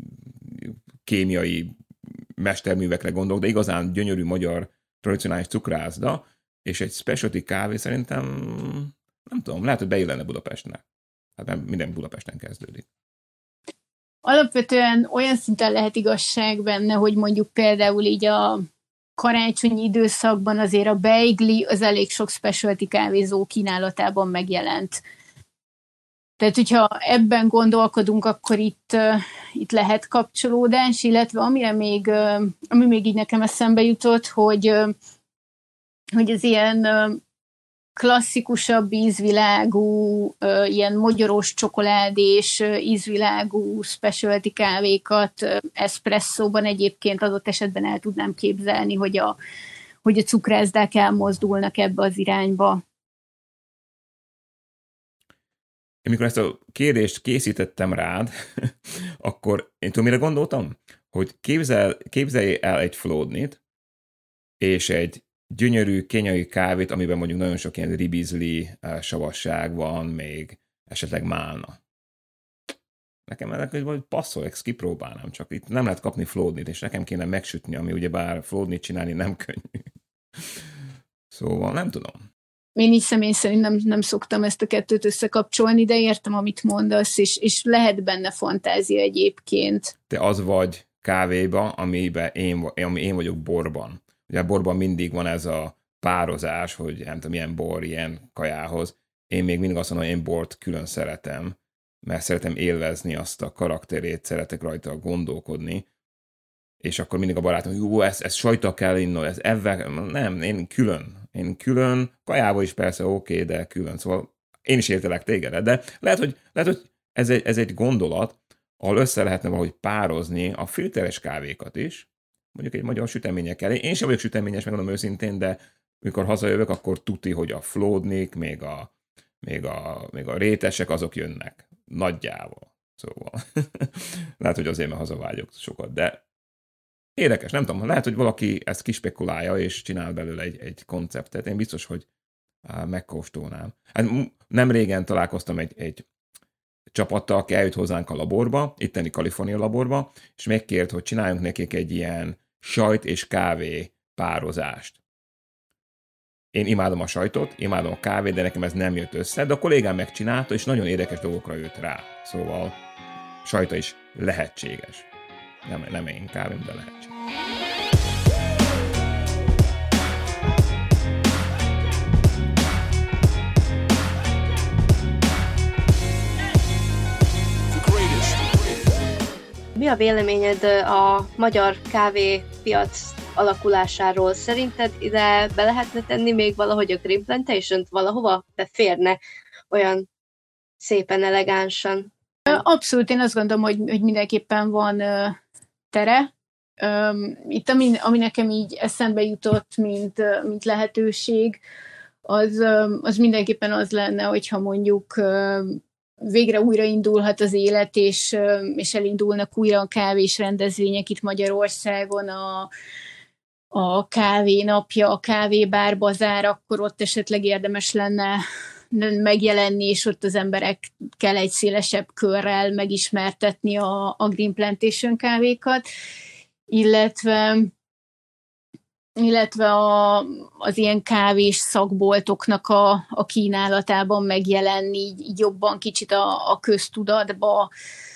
kémiai mesterművekre gondolok, de igazán gyönyörű magyar tradicionális cukrászda, és egy specialty kávé szerintem, nem tudom, lehet, hogy beillene Budapestnek. Hát nem minden Budapesten kezdődik. Alapvetően olyan szinten lehet igazság benne, hogy mondjuk például így a karácsonyi időszakban azért a beigli az elég sok specialty kávézó kínálatában megjelent. Tehát, hogyha ebben gondolkodunk, akkor itt, uh, itt lehet kapcsolódás, illetve amire még, uh, ami még így nekem eszembe jutott, hogy, uh, hogy az ilyen uh, klasszikusabb ízvilágú, uh, ilyen mogyoros csokoládés uh, ízvilágú specialty kávékat uh, eszpresszóban egyébként adott esetben el tudnám képzelni, hogy a, hogy a cukrászdák elmozdulnak ebbe az irányba. Én mikor ezt a kérdést készítettem rád, akkor én tudom, mire gondoltam? Hogy képzel, képzelj el egy flódnit, és egy gyönyörű kenyai kávét, amiben mondjuk nagyon sok ilyen ribizli savasság van, még esetleg málna. Nekem ennek hogy passzol, ezt kipróbálnám, csak itt nem lehet kapni flódnit, és nekem kéne megsütni, ami ugyebár flódnit csinálni nem könnyű. Szóval nem tudom. Én így személy szerint nem, nem szoktam ezt a kettőt összekapcsolni, de értem, amit mondasz, és, és lehet benne fantázia egyébként. Te az vagy kávéba, amiben én, ami én vagyok borban. Ugye a borban mindig van ez a pározás, hogy nem tudom, milyen bor, ilyen kajához. Én még mindig azt mondom, hogy én bort külön szeretem, mert szeretem élvezni azt a karakterét, szeretek rajta gondolkodni, és akkor mindig a barátom, hogy jó, ez, ez sajta kell innom, ez ebben, nem, én külön. Én külön, kajába is persze oké, okay, de külön. Szóval én is értelek téged, de lehet, hogy, lehet, hogy ez, egy, ez egy gondolat, ahol össze lehetne valahogy pározni a filteres kávékat is, mondjuk egy magyar süteményekkel. Én sem vagyok süteményes, megmondom őszintén, de mikor hazajövök, akkor tuti, hogy a flódnik, még a, még a, még a rétesek, azok jönnek. Nagyjából. Szóval lehet, hogy azért, mert hazavágyok sokat, de érdekes, nem tudom, lehet, hogy valaki ezt kispekulálja, és csinál belőle egy, egy konceptet. Én biztos, hogy megkóstolnám. Hát nem régen találkoztam egy, egy csapattal, aki eljött hozzánk a laborba, itteni Kalifornia laborba, és megkért, hogy csináljunk nekik egy ilyen sajt és kávé pározást. Én imádom a sajtot, imádom a kávét, de nekem ez nem jött össze, de a kollégám megcsinálta, és nagyon érdekes dolgokra jött rá. Szóval sajta is lehetséges. Nem, nem én kávém, de lehetséges. Mi a véleményed a magyar kávépiac alakulásáról? Szerinted ide be lehetne tenni még valahogy a Green Plantation-t? Valahova beférne olyan szépen, elegánsan? Abszolút, én azt gondolom, hogy, hogy mindenképpen van uh, tere. Um, itt ami, ami nekem így eszembe jutott, mint, uh, mint lehetőség, az, um, az mindenképpen az lenne, hogyha mondjuk uh, végre újraindulhat az élet, és, és elindulnak újra a kávés rendezvények itt Magyarországon, a, a kávé napja, a kávébár bazár, akkor ott esetleg érdemes lenne megjelenni, és ott az emberekkel egy szélesebb körrel megismertetni a, a Green Plantation kávékat, illetve illetve a, az ilyen kávés szakboltoknak a, a kínálatában megjelenni, így, így jobban kicsit a, a köztudatba,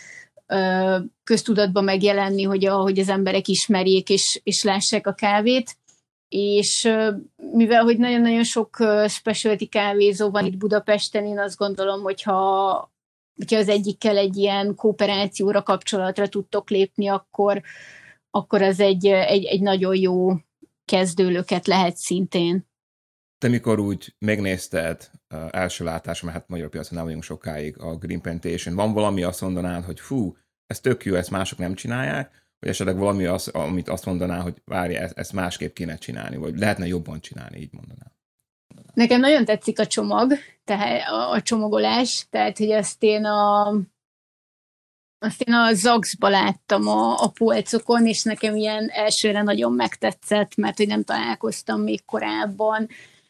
köztudatba megjelenni, hogy, a, hogy az emberek ismerjék és, és lássák a kávét. És mivel, hogy nagyon-nagyon sok specialty kávézó van itt Budapesten, én azt gondolom, hogyha, hogyha az egyikkel egy ilyen kooperációra, kapcsolatra tudtok lépni, akkor, akkor az egy, egy, egy nagyon jó kezdőlöket lehet szintén. Te mikor úgy megnézted uh, első látásra, mert hát magyar piacon nem vagyunk sokáig a Green Plantation, van valami, azt mondanád, hogy fú, ez tök jó, ezt mások nem csinálják, vagy esetleg valami, az, amit azt mondaná, hogy várj, ezt, ezt másképp kéne csinálni, vagy lehetne jobban csinálni, így mondanám. Nekem nagyon tetszik a csomag, tehát a, a csomagolás, tehát hogy azt én a Azt én a Zaxba láttam a, a polcokon, és nekem ilyen elsőre nagyon megtetszett, mert hogy nem találkoztam még korábban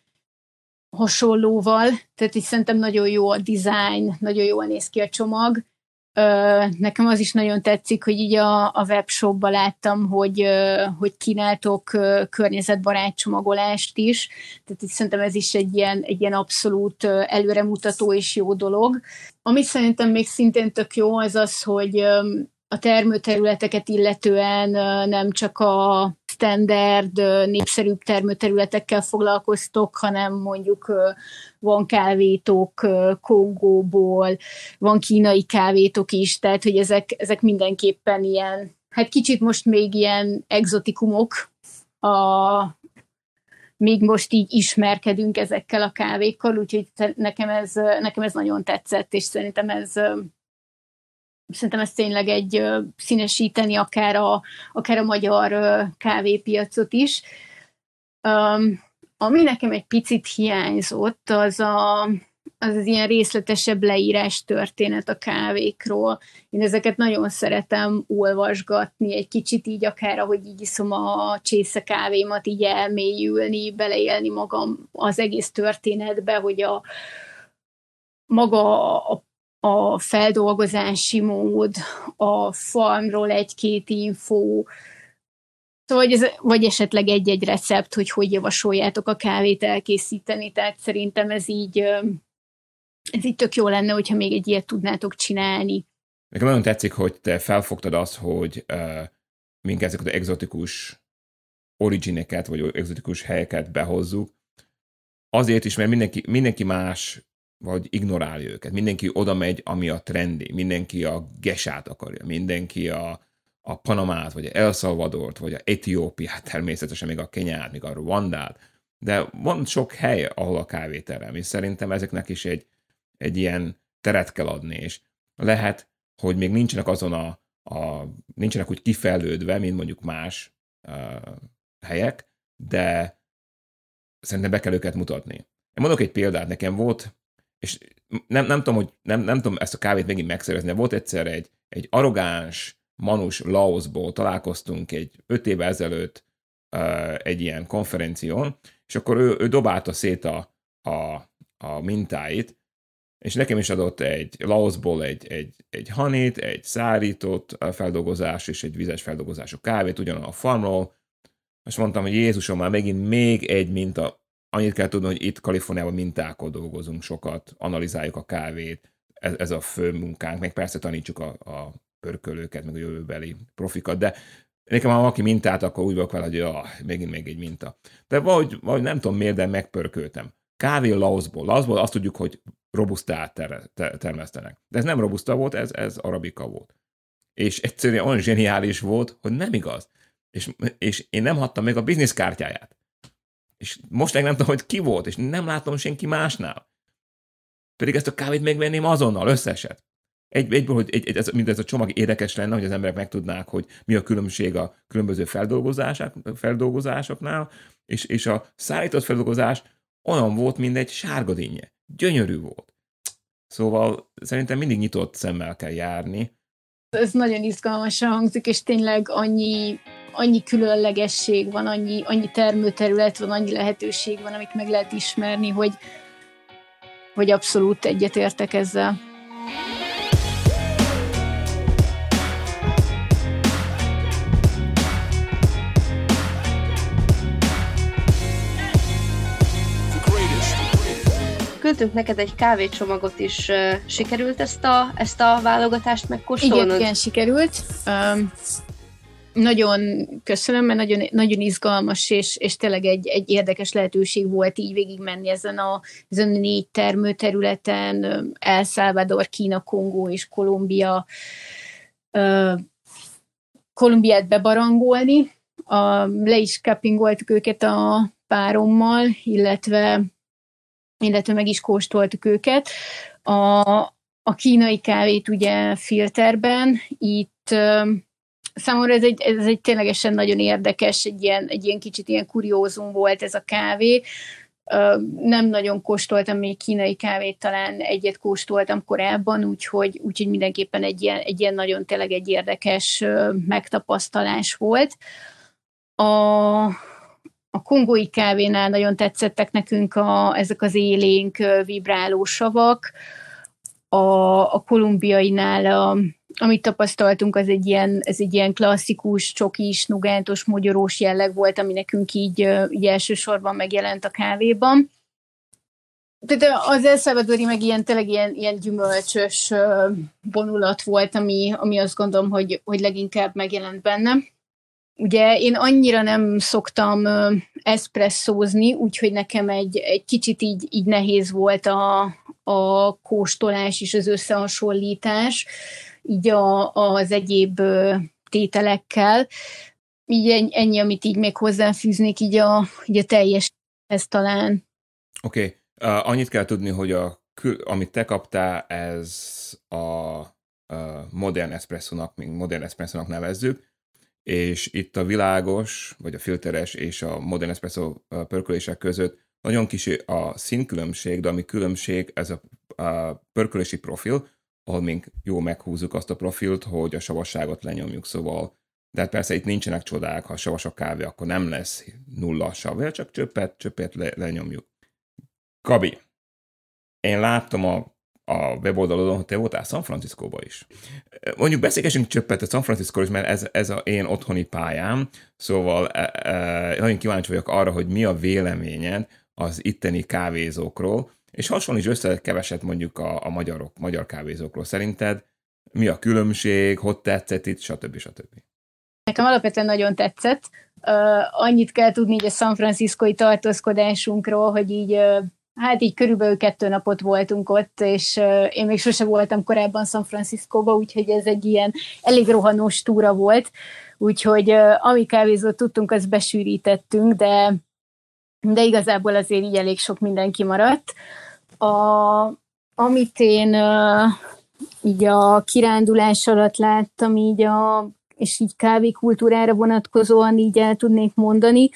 hasonlóval. Tehát így szerintem nagyon jó a design, nagyon jól néz ki a csomag. Ö, nekem az is nagyon tetszik, hogy így a, a webshopban láttam, hogy, ö, hogy kínáltok ö, környezetbarát csomagolást is. Tehát így szerintem ez is egy ilyen, egy ilyen abszolút ö, előremutató és jó dolog. Ami szerintem még szintén tök jó, az az, hogy ö, a termőterületeket illetően ö, nem csak a standard, ö, népszerűbb termőterületekkel foglalkoztok, hanem mondjuk ö, van kávétok ö, Kongóból, van kínai kávétok is, tehát hogy ezek, ezek mindenképpen ilyen, hát kicsit most még ilyen egzotikumok, a, még most így ismerkedünk ezekkel a kávékkal, úgyhogy nekem ez, nekem ez nagyon tetszett, és szerintem ez Szerintem ez tényleg egy színesíteni akár a, akár a magyar kávépiacot is. Um, ami nekem egy picit hiányzott, az a, az, az ilyen részletesebb leírás történet a kávékról. Én ezeket nagyon szeretem olvasgatni, egy kicsit így akár, ahogy így iszom a csésze kávémat, így elmélyülni, beleélni magam az egész történetbe, hogy a maga a a feldolgozási mód, a farmról egy-két infó, szóval, ez, vagy esetleg egy-egy recept, hogy hogy javasoljátok a kávét elkészíteni, tehát szerintem ez így, ez így tök jó lenne, hogyha még egy ilyet tudnátok csinálni. Nekem nagyon tetszik, hogy te felfogtad azt, hogy uh, mink ezeket az egzotikus origineket, vagy egzotikus helyeket behozzuk. Azért is, mert mindenki, mindenki más vagy ignorálja őket. Mindenki oda megy, ami a trendi. Mindenki a gesát akarja. Mindenki a, a Panamát, vagy a El Salvadort, vagy a Etiópiát, természetesen még a Kenyát, még a Ruandát. De van sok hely, ahol a kávéterem, és szerintem ezeknek is egy, egy ilyen teret kell adni, és lehet, hogy még nincsenek azon a, a nincsenek úgy kifejlődve, mint mondjuk más uh, helyek, de szerintem be kell őket mutatni. Én mondok egy példát, nekem volt, és nem, nem tudom, hogy nem, nem tudom ezt a kávét megint megszerezni, de volt egyszer egy, egy arrogáns manus Laosból, találkoztunk egy öt évvel ezelőtt uh, egy ilyen konferención, és akkor ő, ő dobálta szét a, a, a mintáit, és nekem is adott egy Laosból egy, egy, egy honeyt, egy szárított feldolgozás és egy vizes feldolgozású kávét, ugyanolyan a farmról, és mondtam, hogy Jézusom, már megint még egy minta. Annyit kell tudni, hogy itt Kaliforniában mintákkal dolgozunk sokat, analizáljuk a kávét, ez, ez a fő munkánk, meg persze tanítsuk a, a pörkölőket, meg a jövőbeli profikat, de nekem, ha valaki mintát, akkor úgy vagyok vele, hogy ah, megint még egy minta. De valahogy, valahogy nem tudom miért, de megpörköltem. Kávé Laosból. Laosból azt tudjuk, hogy robusztát ter- ter- termesztenek. De ez nem robuszta volt, ez, ez arabika volt. És egyszerűen olyan zseniális volt, hogy nem igaz. És, és én nem hattam meg a bizniszkártyáját. És most nem tudom, hogy ki volt, és nem látom senki másnál. Pedig ezt a kávét megvenném azonnal, összeset. Egy, egyből, hogy egy, egy, ez, mindez a csomag érdekes lenne, hogy az emberek megtudnák, hogy mi a különbség a különböző feldolgozásoknál, és, és a szállított feldolgozás olyan volt, mint egy sárga dinnye. Gyönyörű volt. Szóval szerintem mindig nyitott szemmel kell járni. Ez nagyon izgalmasan hangzik, és tényleg annyi, annyi különlegesség van, annyi, annyi termőterület van, annyi lehetőség van, amit meg lehet ismerni, hogy, hogy abszolút egyetértek ezzel. Küldtünk neked egy kávécsomagot is. Sikerült ezt a, ezt a válogatást megkóstolnod? Igen, igen, sikerült. Um, nagyon köszönöm, mert nagyon, nagyon izgalmas, és, és tényleg egy, egy érdekes lehetőség volt így végigmenni ezen a, ezen a négy termőterületen, El Salvador, Kína, Kongó és Kolumbia, uh, Kolumbiát bebarangolni. A, le is cuppingoltuk őket a párommal, illetve illetve meg is kóstoltuk őket. A, a kínai kávét ugye filterben, itt uh, számomra ez egy, ez egy ténylegesen nagyon érdekes, egy ilyen, egy ilyen kicsit ilyen kuriózum volt ez a kávé. Uh, nem nagyon kóstoltam még kínai kávét, talán egyet kóstoltam korábban, úgyhogy, úgyhogy mindenképpen egy ilyen, egy ilyen nagyon tényleg egy érdekes uh, megtapasztalás volt. A A kongói kávénál nagyon tetszettek nekünk a, ezek az élénk, vibráló savak. A, a kolumbiainál, a, amit tapasztaltunk, az egy ilyen, ez egy ilyen klasszikus, csokis, nugántos, mogyorós jelleg volt, ami nekünk így, így elsősorban megjelent a kávéban. Tehát az El Salvadori meg ilyen, tényleg ilyen, ilyen gyümölcsös vonulat volt, ami, ami azt gondolom, hogy, hogy leginkább megjelent benne. Ugye én annyira nem szoktam uh, eszpresszózni, úgyhogy nekem egy, egy kicsit így, így nehéz volt a, a kóstolás és az összehasonlítás így a, az egyéb uh, tételekkel. Így ennyi, amit így még hozzáfűznék így a, így a teljeshez talán. Oké, okay. uh, annyit kell tudni, hogy a, amit te kaptál, ez a, a modern espresszónak, még modern espresszónak nevezzük, és itt a világos, vagy a filteres és a modern espresso pörkölések között nagyon kis a színkülönbség, de ami különbség, ez a, a pörkölési profil, ahol még jól meghúzzuk azt a profilt, hogy a savasságot lenyomjuk, szóval, de hát persze itt nincsenek csodák, ha savas a kávé, akkor nem lesz nulla sav, csak csöppet, csöppet le, lenyomjuk. Gabi, én láttam a a weboldalon, hogy te voltál San Franciscóba is. Mondjuk beszélgessünk csöppet a San Franciscóról is, mert ez, ez az én otthoni pályám, szóval e, e, nagyon kíváncsi vagyok arra, hogy mi a véleményed az itteni kávézókról, és hasonlíts össze keveset mondjuk a, a magyarok, magyar kávézókról. Szerinted mi a különbség, hogy tetszett itt, stb. stb. Nekem alapvetően nagyon tetszett. Uh, annyit kell tudni így a San Franciscói tartózkodásunkról, hogy így uh, hát így körülbelül kettő napot voltunk ott, és uh, én még sose voltam korábban San Franciscóba, úgyhogy ez egy ilyen elég rohanós túra volt, úgyhogy uh, ami kávézót tudtunk, azt besűrítettünk, de, de igazából azért így elég sok mindenki maradt. A, amit én uh, így a kirándulás alatt láttam, így a, és így kávékultúrára vonatkozóan így el tudnék mondani,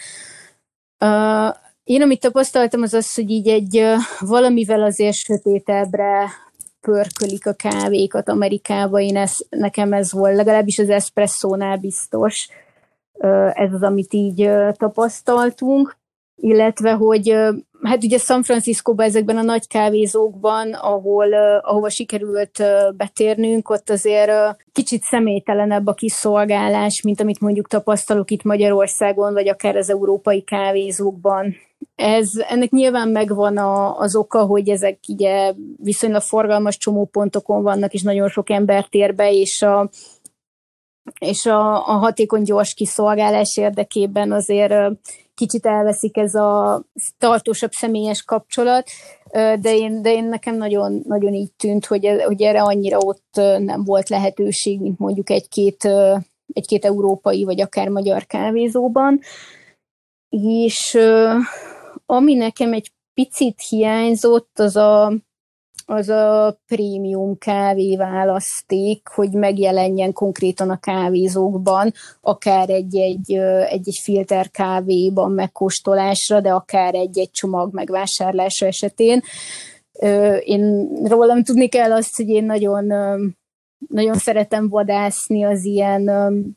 uh, én, amit tapasztaltam, az az, hogy így egy valamivel azért sötétebbre pörkölik a kávékat Amerikába. Én ez, nekem ez volt, legalábbis az eszpresszónál biztos. Ez az, amit így tapasztaltunk. Illetve, hogy hát ugye San Franciscóban ezekben a nagy kávézókban, ahol, ahova sikerült betérnünk, ott azért kicsit személytelenebb a kiszolgálás, mint amit mondjuk tapasztalok itt Magyarországon, vagy akár az európai kávézókban. Ez, ennek nyilván megvan a, az oka, hogy ezek ugye viszonylag forgalmas csomópontokon vannak, és nagyon sok ember tér be, és a, és a, a hatékony gyors kiszolgálás érdekében azért kicsit elveszik ez a tartósabb személyes kapcsolat, de én, de én nekem nagyon, nagyon így tűnt, hogy, hogy erre annyira ott nem volt lehetőség, mint mondjuk egy-két, egy-két európai vagy akár magyar kávézóban. És ami nekem egy picit hiányzott, az a, az a prémium kávéválaszték, hogy megjelenjen konkrétan a kávézókban, akár egy-egy, egy-egy filter kávéban megkóstolásra, de akár egy-egy csomag megvásárlása esetén. Én rólam tudni kell azt, hogy én nagyon, nagyon szeretem vadászni az ilyen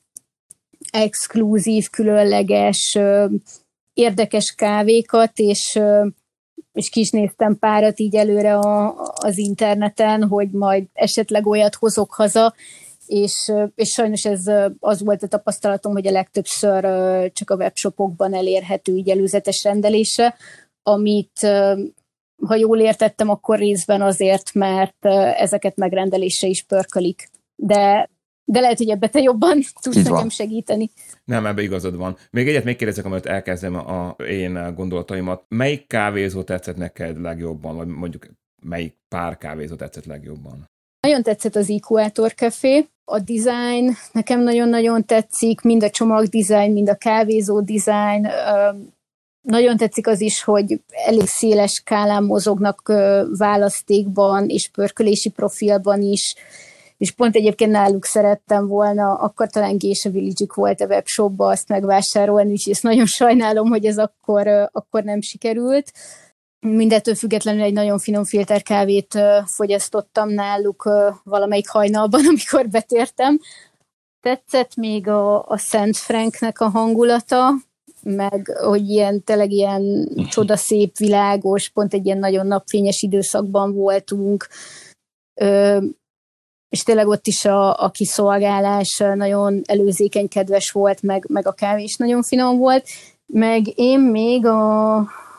exkluzív, különleges, érdekes kávékat, és, és ki is néztem párat így előre a, az interneten, hogy majd esetleg olyat hozok haza, és, és sajnos ez az volt a tapasztalatom, hogy a legtöbbször csak a webshopokban elérhető így előzetes rendelése, amit, ha jól értettem, akkor részben azért, mert ezeket megrendelése is pörkölik. De, de lehet, hogy ebbe te jobban tudsz Így nekem van. segíteni. Nem, ebbe igazad van. Még egyet még kérdezek, amit elkezdem a én gondolataimat. Melyik kávézó tetszett neked legjobban, vagy mondjuk melyik pár kávézó tetszett legjobban? Nagyon tetszett az Equator Café. A design nekem nagyon-nagyon tetszik, mind a csomag design, mind a kávézó design. Nagyon tetszik az is, hogy elég széles skálán mozognak választékban és pörkölési profilban is, és pont egyébként náluk szerettem volna, akkor talán Geisha Village-ük volt a webshopba azt megvásárolni, úgyhogy ezt nagyon sajnálom, hogy ez akkor, akkor nem sikerült. Mindettől függetlenül egy nagyon finom filterkávét fogyasztottam náluk valamelyik hajnalban, amikor betértem. Tetszett még a, a Szent Franknek a hangulata, meg hogy ilyen, tényleg ilyen csodaszép, világos, pont egy ilyen nagyon napfényes időszakban voltunk, Ö, és tényleg ott is a, a kiszolgálás nagyon előzékeny, kedves volt, meg, meg a kávé is nagyon finom volt, meg én még a,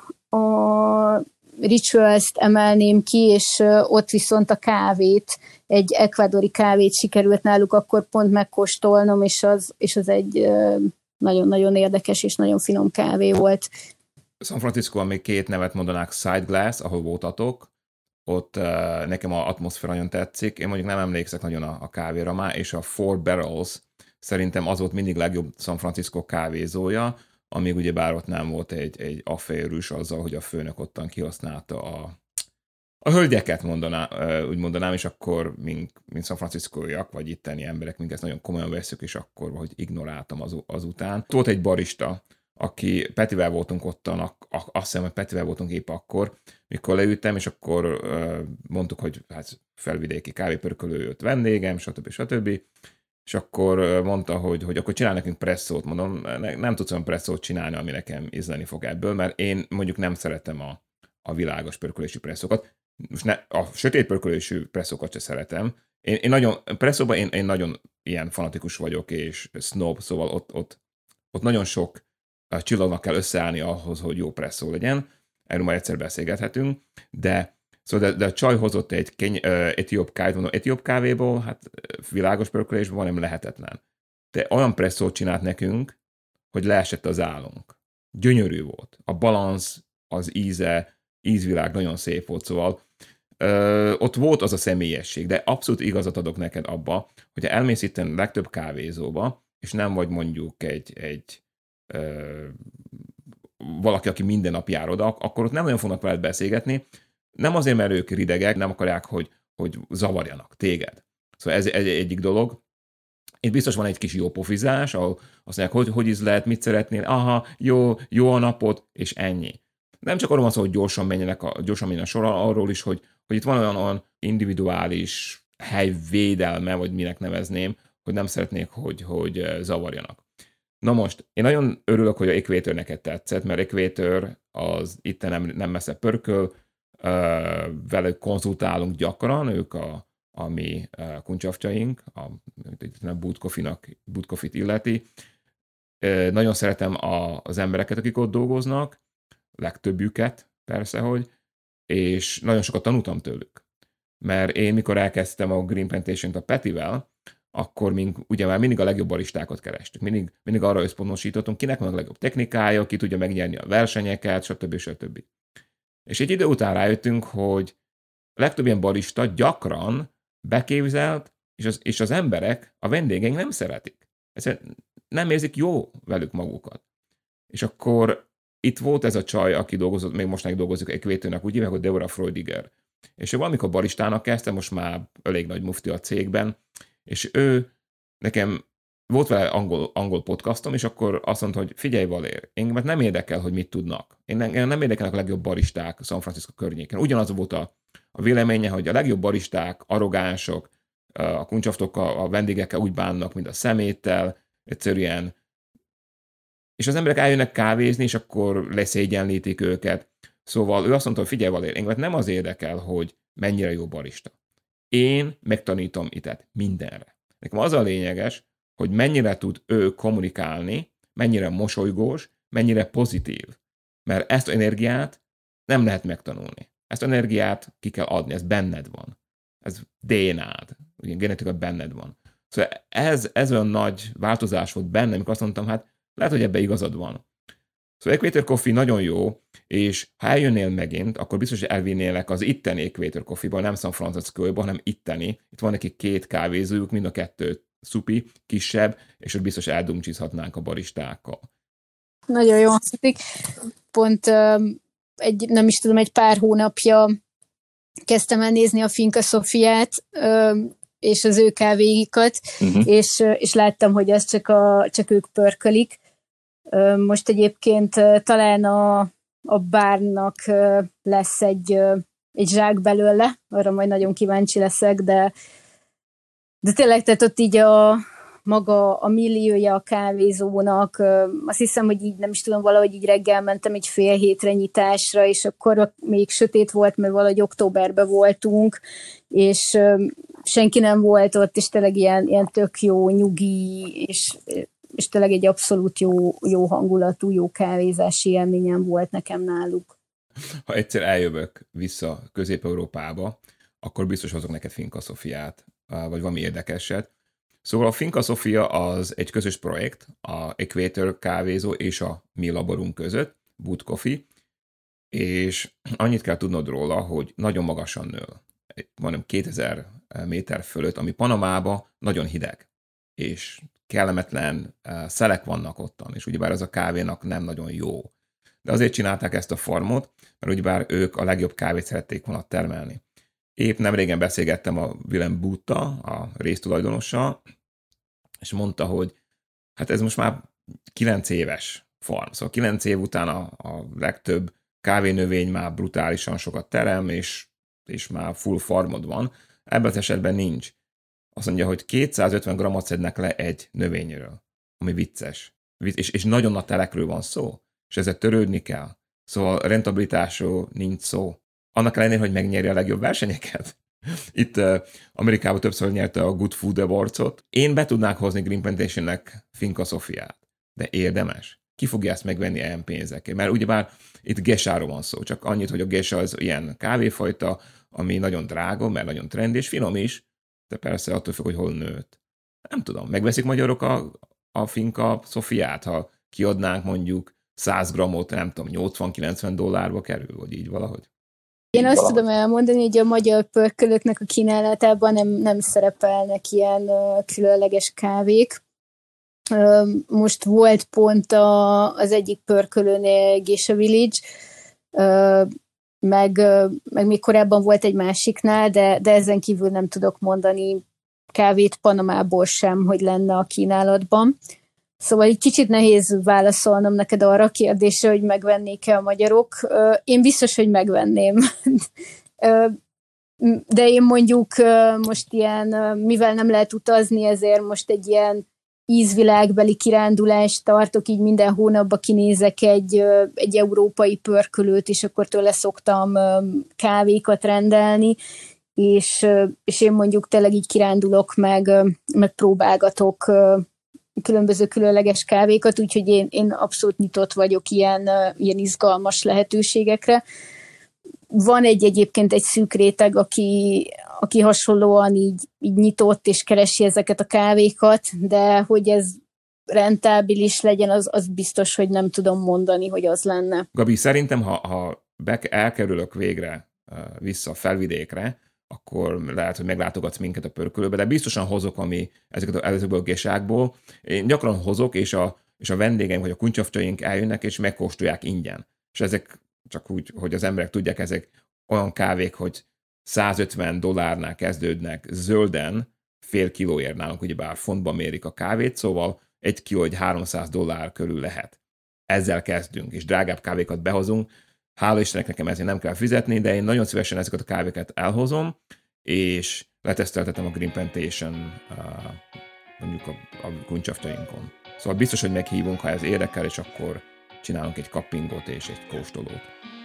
a Rituals-t emelném ki, és ott viszont a kávét, egy ekvádori kávét sikerült náluk akkor pont megkóstolnom, és az, és az egy nagyon-nagyon érdekes és nagyon finom kávé volt. San Franciscóban még két nevet mondanák, Side Glass, ahol voltatok, ott uh, nekem a atmoszféra nagyon tetszik, én mondjuk nem emlékszek nagyon a, a kávéra már, és a Four Barrels szerintem az volt mindig legjobb San Francisco kávézója, amíg ugyebár ott nem volt egy, egy afférűs azzal, hogy a főnök ottan kihasználta a, a hölgyeket, mondaná, úgy mondanám, és akkor, mint, mint San Franciscóiak, vagy itteni emberek, minket nagyon komolyan veszük, és akkor hogy ignoráltam az, azután. Volt egy barista, aki Petivel voltunk ottan, a, a, azt hiszem, hogy Petivel voltunk épp akkor, mikor leültem, és akkor uh, mondtuk, hogy hát felvidéki kávépörkölő jött vendégem, stb. stb. És akkor mondta, hogy, hogy akkor csinál nekünk presszót, mondom, ne, nem tudsz olyan presszót csinálni, ami nekem ízleni fog ebből, mert én mondjuk nem szeretem a, a világos pörkölési presszókat. Most ne, a sötét pörkölésű presszókat se szeretem. Én, én nagyon, presszóban én, én nagyon ilyen fanatikus vagyok, és snob, szóval ott, ott, ott nagyon sok csillagnak kell összeállni ahhoz, hogy jó presszó legyen. Erről majd egyszer beszélgethetünk, de Szóval de, de a csaj hozott egy keny, uh, etióp kávét, mondom, etióp kávéból, hát világos pörkölésben van, nem lehetetlen. De olyan presszót csinált nekünk, hogy leesett az állunk. Gyönyörű volt. A balansz, az íze, ízvilág nagyon szép volt, szóval uh, ott volt az a személyesség, de abszolút igazat adok neked abba, hogyha elmész itten legtöbb kávézóba, és nem vagy mondjuk egy, egy uh, valaki, aki minden nap jár oda, akkor ott nem nagyon fognak veled beszélgetni. Nem azért, mert ők ridegek, nem akarják, hogy, hogy zavarjanak téged. Szóval ez egy egyik dolog. Itt biztos van egy kis jó pofizás, ahol azt mondják, hogy hogy ízlet, mit szeretnél, aha, jó, jó a napot, és ennyi. Nem csak arról van szó, hogy gyorsan menjenek a, gyorsan menjen a sor, arról is, hogy, hogy itt van olyan, olyan individuális helyvédelme, vagy minek nevezném, hogy nem szeretnék, hogy, hogy zavarjanak. Na most, én nagyon örülök, hogy a Equator neked tetszett, mert Equator az itt nem, nem messze pörköl, Uh, velük konzultálunk gyakran, ők a, a mi uh, kuncsaftjaink, a, a Boot Coffee-nak, Boot Coffee-t illeti. Uh, nagyon szeretem a, az embereket, akik ott dolgoznak, legtöbbjüket persze, hogy, és nagyon sokat tanultam tőlük. Mert én, mikor elkezdtem a Green Plantation-t a Petivel, akkor mink, ugye már mindig a legjobb baristákat kerestük. Mindig, mindig arra összpontosítottunk, kinek van a legjobb technikája, ki tudja megnyerni a versenyeket, stb. stb. És egy idő után rájöttünk, hogy a legtöbb ilyen barista gyakran beképzelt, és az, és az emberek, a vendégeink nem szeretik. Ezt nem érzik jó velük magukat. És akkor itt volt ez a csaj, aki dolgozott, még mostanáig dolgozik Equatornak, úgy hívják, hogy Deborah Freudiger. És ő valamikor baristának kezdte, most már elég nagy mufti a cégben, és ő nekem volt vele angol, angol podcastom, és akkor azt mondta, hogy figyelj Valér, engem nem érdekel, hogy mit tudnak. Én nem, nem érdekelnek a legjobb baristák San Francisco környéken. Ugyanaz volt a, a véleménye, hogy a legjobb baristák, arrogánsok, a kuncsaftokkal, a vendégekkel úgy bánnak, mint a szeméttel, egyszerűen. És az emberek eljönnek kávézni, és akkor leszégyenlítik őket. Szóval ő azt mondta, hogy figyelj Valér, engem nem az érdekel, hogy mennyire jó barista. Én megtanítom itet mindenre. Nekem az a lényeges, hogy mennyire tud ő kommunikálni, mennyire mosolygós, mennyire pozitív. Mert ezt az energiát nem lehet megtanulni. Ezt az energiát ki kell adni, ez benned van. Ez dé en á-d, ugye genetika benned van. Szóval ez, ez olyan nagy változás volt bennem, amikor azt mondtam, hát lehet, hogy ebben igazad van. Szóval Equator Coffee nagyon jó, és ha eljönnél megint, akkor biztos, hogy elvinnélek az itteni Equator Coffee-ból, nem San Francisco-ból, hanem itteni. Itt van neki két kávézójuk, mind a kettő szupi, kisebb, és ott biztos eldumcsizhatnánk a baristákkal. Nagyon jó hangzik. Pont um, egy, nem is tudom, egy pár hónapja kezdtem el nézni a Finca Sofiát, um, és az ő kávéikat, uh-huh. és, és láttam, hogy ezt csak, a, csak ők pörkölik. Most egyébként talán a, a bárnak lesz egy, egy zsák belőle, arra majd nagyon kíváncsi leszek, de, de tényleg, tehát ott így a maga a milliója a kávézónak, azt hiszem, hogy így nem is tudom, valahogy így reggel mentem egy fél hétre nyitásra, és akkor még sötét volt, mert valahogy októberben voltunk, és senki nem volt ott, és tényleg ilyen, ilyen tök jó, nyugi, és és tényleg egy abszolút jó, jó hangulatú, jó kávézási élményem volt nekem náluk. Ha egyszer eljövök vissza Közép-Európába, akkor biztos hozok neked Finca Sofiát, vagy valami érdekeset. Szóval a Finca Sofia az egy közös projekt, a Equator kávézó és a mi laborunk között, Wood Coffee, és annyit kell tudnod róla, hogy nagyon magasan nő. Majdnem kétezer méter fölött, ami Panamában nagyon hideg, és kellemetlen uh, szelek vannak ottan, és ugyebár az a kávénak nem nagyon jó. De azért csinálták ezt a farmot, mert ugyebár ők a legjobb kávét szerették volna termelni. Épp nem régen beszélgettem a Willem Butta, a résztulajdonossal, és mondta, hogy hát ez most már kilenc éves farm. Szóval kilenc év után a, a legtöbb kávénövény már brutálisan sokat terem, és, és már full farmod van. Ebben az esetben nincs. Azt mondja, hogy kétszázötven grammot szednek le egy növényről, ami vicces. És, és nagyon nagy telekről van szó, és ezzel törődni kell. Szóval rentabilitásról nincs szó. Annak ellenére, hogy megnyeri a legjobb versenyeket. Itt uh, Amerikában többször nyerte a Good Food Awards-ot. Én be tudnák hozni Green Plantationnek Finca Sofiát, de érdemes. Ki fogja ezt megvenni ilyen pénzekért? Mert ugyebár itt gesáról van szó, csak annyit, hogy a gesa az ilyen kávéfajta, ami nagyon drága, mert nagyon trend, és finom is, de persze attól függ, hogy hol nőtt. Nem tudom, megveszik magyarok a, a Finca Sofiát, ha kiadnánk mondjuk száz grammot, nem tudom, nyolcvan-kilencven dollárba kerül, vagy így valahogy? Én azt tudom elmondani, hogy a magyar pörkölöknek a kínálatában nem, nem szerepelnek ilyen uh, különleges kávék. Uh, most volt pont a, az egyik pörkölőnél Geisha Village, uh, meg, uh, meg még korábban volt egy másiknál, de, de ezen kívül nem tudok mondani kávét Panamából sem, hogy lenne a kínálatban. Szóval egy kicsit nehéz válaszolnom neked arra a kérdésre, hogy megvennék-e a magyarok. Én biztos, hogy megvenném. De én mondjuk most ilyen, mivel nem lehet utazni, ezért most egy ilyen ízvilágbeli kirándulást tartok, így minden hónapban kinézek egy, egy európai pörkölőt, és akkor tőle szoktam kávékat rendelni, és, és én mondjuk tényleg így kirándulok, meg, meg próbálgatok különböző különleges kávékat, úgyhogy én, én abszolút nyitott vagyok ilyen, ilyen izgalmas lehetőségekre. Van egy egyébként egy szűk réteg, aki, aki hasonlóan így, így nyitott és keresi ezeket a kávékat, de hogy ez rentábilis legyen, az, az biztos, hogy nem tudom mondani, hogy az lenne. Gabi, szerintem, ha, ha be, elkerülök végre uh, vissza a felvidékre, akkor lehet, hogy meglátogatsz minket a pörkölőbe, de biztosan hozok, ami ezeket a, ezekből a gesákból. Én gyakran hozok, és a, és a vendégeim, vagy a kuncsaftjaink eljönnek, és megkóstolják ingyen. És ezek csak úgy, hogy az emberek tudják, ezek olyan kávék, hogy százötven dollárnál kezdődnek zölden, fél kilóért nálunk, ugyebár fontban mérik a kávét, szóval egy kiló egy háromszáz dollár körül lehet. Ezzel kezdünk, és drágább kávékat behozunk, Hála Istennek nekem ezért nem kell fizetni, de én nagyon szívesen ezeket a kávéket elhozom, és leteszteltetem a Green Plantation mondjuk a, a kuncsafjainkon. Szóval biztos, hogy meghívunk, ha ez érdekel, és akkor csinálunk egy cuppingot és egy kóstolót.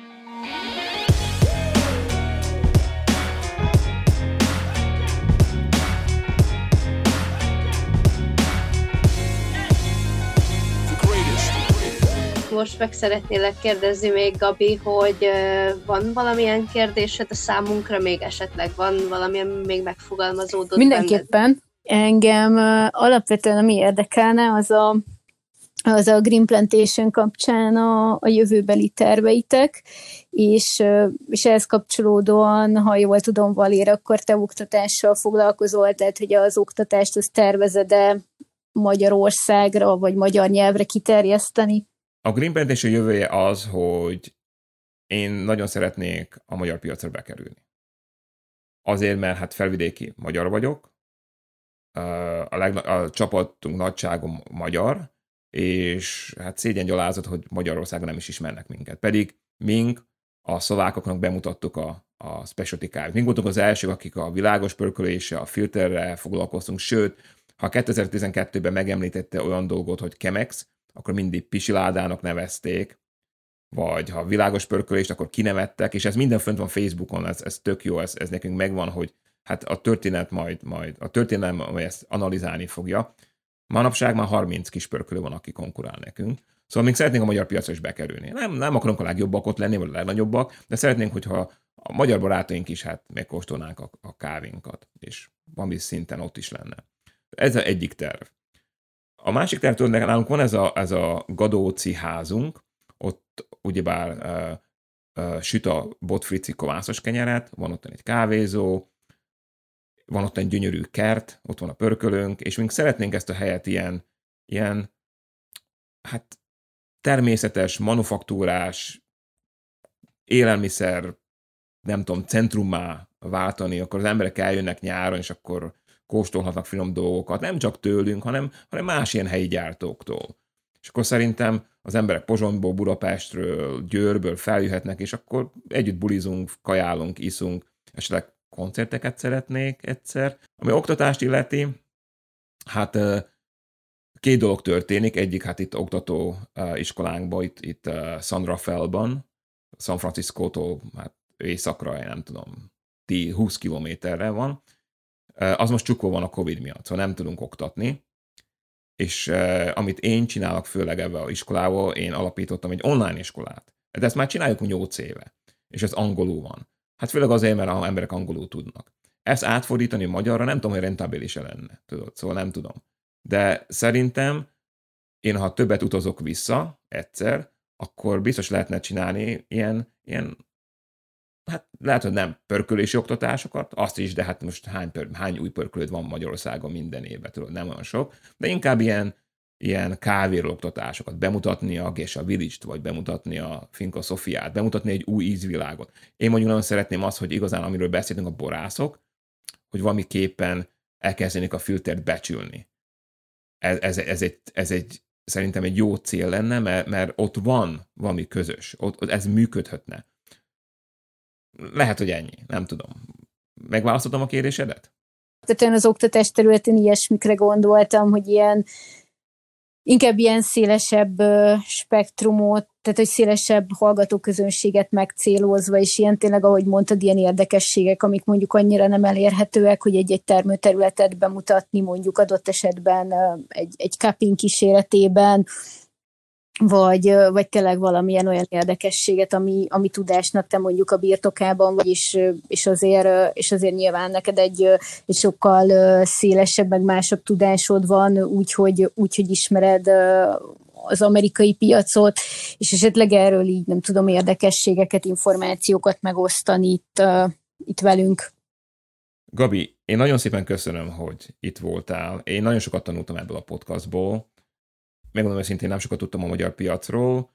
Most meg szeretnélek kérdezni még, Gabi, hogy van valamilyen kérdésed a számunkra, még esetleg van valamilyen még megfogalmazódott? Mindenképpen. Benned? Engem alapvetően ami érdekelne, az a, az a Green Plantation kapcsán a, a jövőbeli terveitek, és, és ehhez kapcsolódóan, ha jól tudom, Valér, akkor te oktatással foglalkozol, tehát hogy az oktatást azt tervezed-e Magyarországra, vagy magyar nyelvre kiterjeszteni? A Green Plantation jövője az, hogy én nagyon szeretnék a magyar piacra bekerülni. Azért, mert hát felvidéki magyar vagyok, a, leg, a csapatunk nagyságom magyar, és hát szégyen gyalázat, hogy Magyarországon nem is ismernek minket. Pedig mink a szlovákoknak bemutattuk a, a specialty kávét. Mink voltunk az elsők, akik a világos pörkölése, a filterrel foglalkoztunk, sőt, ha kétezer-tizenkettőben megemlítette olyan dolgot, hogy Chemex, akkor mindig pisiládának nevezték, vagy ha világos pörkölést, akkor kinevettek, és ez minden fönt van Facebookon, ez, ez tök jó, ez, ez nekünk megvan, hogy hát a történet majd, majd a történelem majd ezt analizálni fogja. Manapság már harminc kis pörkölő van, aki konkurál nekünk. Szóval még szeretnénk a magyar piacra is bekerülni. Nem, nem akarunk a legjobbak ott lenni, vagy a legnagyobbak, de szeretnénk, hogyha a magyar barátaink is hát megkóstolnák a, a kávénkat, és valami szinten ott is lenne. Ez az egyik terv. A másik terv, tudod, nálunk van ez a, ez a Gadóci házunk, ott ugyebár uh, uh, süt a botfrici kovászos kenyeret, van ott egy kávézó, van ott egy gyönyörű kert, ott van a pörkölőnk, és még szeretnénk ezt a helyet ilyen, ilyen hát természetes, manufaktúrás, élelmiszer, nem tudom, centrummá váltani, akkor az emberek eljönnek nyáron, és akkor kóstolhatnak finom dolgokat, nem csak tőlünk, hanem, hanem más ilyen helyi gyártóktól. És akkor szerintem az emberek Pozsonyból, Budapestről, Győrből feljöhetnek, és akkor együtt bulizunk, kajálunk, iszunk, esetleg koncerteket szeretnék egyszer. Ami oktatást illeti, hát két dolog történik. Egyik, hát itt oktató iskolánkban, itt, itt San Rafaelban, San Franciscótól hát északra, nem tudom, húsz kilométerre van. Az most csukva van a Covid miatt, szóval nem tudunk oktatni. És amit én csinálok, főleg ebben az iskolával, én alapítottam egy online iskolát. De ezt már csináljuk nyolc éve, és ez angolul van. Hát főleg azért, mert az emberek angolul tudnak. Ezt átfordítani magyarra nem tudom, hogy rentábilis-e lenne, tudod, szóval nem tudom. De szerintem én, ha többet utazok vissza egyszer, akkor biztos lehetne csinálni ilyen, ilyen hát lehet, hogy nem pörkölési oktatásokat, azt is, de hát most hány, pör, hány új pörkölőd van Magyarországon minden évben, tudod, nem olyan sok, de inkább ilyen, ilyen kávéról oktatásokat, bemutatni a Gesha Village-t, vagy bemutatni a Finca Sofiát, bemutatni egy új ízvilágot. Én mondjuk nagyon szeretném azt, hogy igazán, amiről beszéltünk a borászok, hogy valamiképpen elkezdenék a filtert becsülni. Ez, ez, ez, egy, ez egy, szerintem egy jó cél lenne, mert, mert ott van valami közös, ott, ott ez működhetne. Lehet, hogy ennyi, nem tudom. Megválasztottam a kérdésedet? Tehát az oktatás területén ilyesmikre gondoltam, hogy ilyen inkább ilyen szélesebb spektrumot, tehát hogy szélesebb hallgatóközönséget megcélozva, és ilyen tényleg, ahogy mondtad, ilyen érdekességek, amik mondjuk annyira nem elérhetőek, hogy egy-egy termőterületet bemutatni, mondjuk adott esetben egy, egy cupping kíséretében, vagy, vagy tényleg valamilyen olyan érdekességet, ami, ami tudásnak te mondjuk a birtokában vagy, és, és, azért, és azért nyilván neked egy, egy sokkal szélesebb, meg másabb tudásod van, úgyhogy úgy, hogy ismered az amerikai piacot, és esetleg erről így, nem tudom, érdekességeket, információkat megosztani itt, itt velünk. Gabi, én nagyon szépen köszönöm, hogy itt voltál. Én nagyon sokat tanultam ebből a podcastból. Megmondom őszintén, nem sokat tudtam a magyar piacról.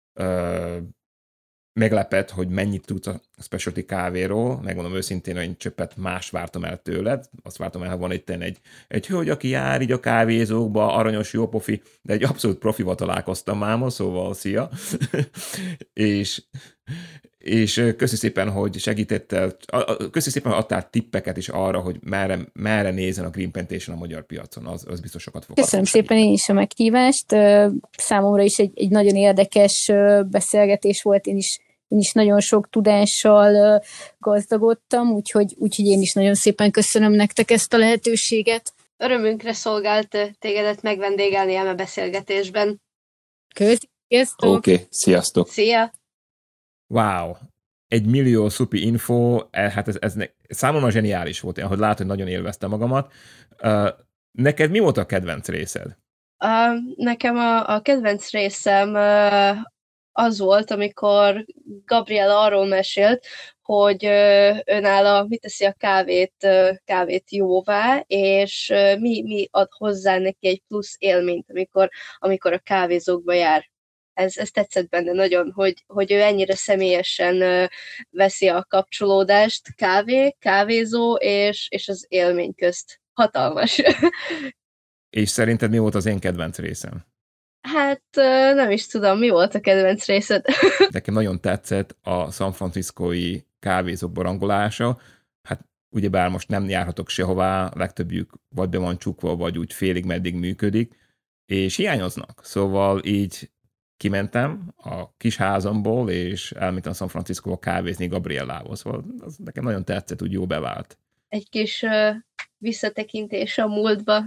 Meglepett, hogy mennyit tudsz a specialty kávéról. Megmondom őszintén, hogy én csöppet más vártam el tőled. Azt vártam el, ha van itt egy, egy hölgy, aki jár így a kávézókba, aranyos, jó pofi, de egy abszolút profival találkoztam máma, szóval szia. és, és köszi szépen, hogy segítettél, köszi szépen, hogy adtál tippeket is arra, hogy merre, merre nézzen a Green Plantation a magyar piacon, az, az biztos sokat fog. Köszönöm szépen én is a meghívást, számomra is egy, egy nagyon érdekes beszélgetés volt, én is, én is nagyon sok tudással gazdagodtam, úgyhogy, úgyhogy én is nagyon szépen köszönöm nektek ezt a lehetőséget. Örömünkre szolgált tégedet megvendégelni eme beszélgetésben. Köszönöm. Oké, okay, sziasztok! Szia! Wow! Egy millió szupi info, hát ez, ez ne, számomra zseniális volt, ahogy látod, hogy nagyon élveztem magamat. Uh, neked mi volt a kedvenc részed? Uh, nekem a, a kedvenc részem uh, az volt, amikor Gabriella arról mesélt, hogy uh, önálló mit teszi a kávét, uh, kávét jóvá, és uh, mi, mi ad hozzá neki egy plusz élményt, amikor, amikor a kávézókba jár. Ez, ez tetszett benne nagyon, hogy, hogy ő ennyire személyesen uh, veszi a kapcsolódást kávé, kávézó és, és az élmény közt. Hatalmas. És szerinted mi volt az én kedvenc részem? Hát uh, nem is tudom, mi volt a kedvenc részed. Nekem nagyon tetszett a San Franciscói kávézók barangolása. Hát ugyebár most nem járhatok sehová, legtöbbjük vagy be van csukva, vagy úgy félig meddig működik, és hiányoznak. Szóval így kimentem a kis házamból, és elmentem San Franciscóba kávézni Gabriellához. Szóval az nekem nagyon tetszett, úgy jó bevált. Egy kis uh, visszatekintés a múltba.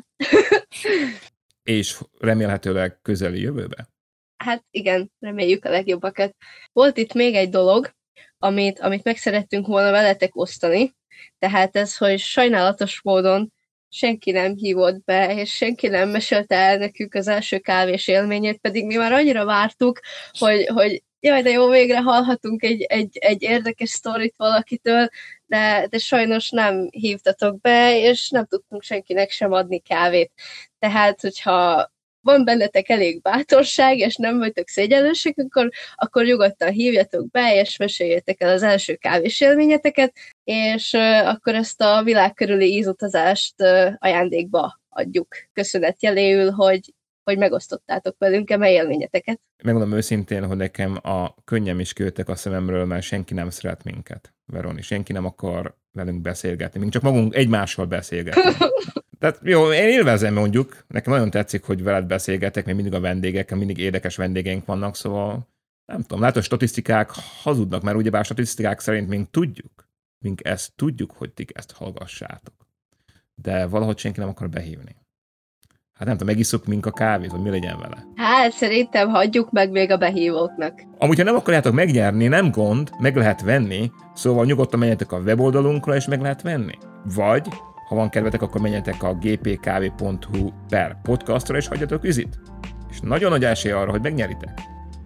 És remélhetőleg közeli jövőbe? Hát igen, reméljük a legjobbakat. Volt itt még egy dolog, amit, amit meg szerettünk volna veletek osztani, tehát ez, hogy sajnálatos módon senki nem hívott be, és senki nem mesélte el nekünk az első kávés élményét, pedig mi már annyira vártuk, hogy, hogy jaj, de jó, végre hallhatunk egy, egy, egy érdekes sztorit valakitől, de, de sajnos nem hívtatok be, és nem tudtunk senkinek sem adni kávét. Tehát, hogyha van bennetek elég bátorság, és nem vagytok szégyenlősek, akkor, akkor nyugodtan hívjatok be, és meséljétek el az első kávés élményeteket, és uh, akkor ezt a világ körüli ízutazást uh, ajándékba adjuk. Köszönet jeléül, hogy, hogy megosztottátok velünk eme élményeteket. Megmondom őszintén, hogy nekem a könnyem is költek a szememről, mert senki nem szeret minket, Veroni. Senki nem akar velünk beszélgetni, mink csak magunk egymással beszélgetni. Tehát jó, én élvezem mondjuk, nekem nagyon tetszik, hogy veled beszélgetek, mert mindig a vendégekkel, mindig érdekes vendégeink vannak, szóval nem tudom, látod, a statisztikák hazudnak, mert ugyebár a statisztikák szerint mink tudjuk, mink ezt tudjuk, hogy ti ezt hallgassátok. De valahogy senki nem akar behívni. Hát nem tudom, megisszuk mink a kávét, vagy mi legyen vele? Hát szerintem hagyjuk meg még a behívóknak. Amúgy, ha nem akarjátok megnyerni, nem gond, meg lehet venni, szóval nyugodtan menjetek a weboldalunkra, és meg lehet venni. Vagy ha van kedvetek, akkor menjetek a gpkv.hu per podcastra, és hagyjatok üzit. És nagyon nagy esély arra, hogy megnyeritek.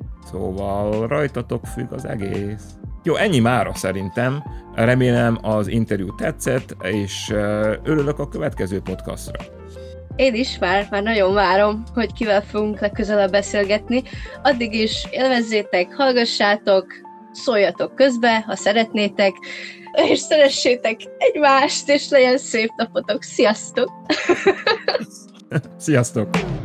Szóval rajtatok függ az egész. Jó, ennyi mára szerintem. Remélem az interjú tetszett, és örülök a következő podcastra. Én is már, már nagyon várom, hogy kivel fogunk legközelebb beszélgetni. Addig is élvezzétek, hallgassátok, szóljatok közbe, ha szeretnétek, és szeressétek egymást, és legyen szép napotok. Sziasztok! Sziasztok!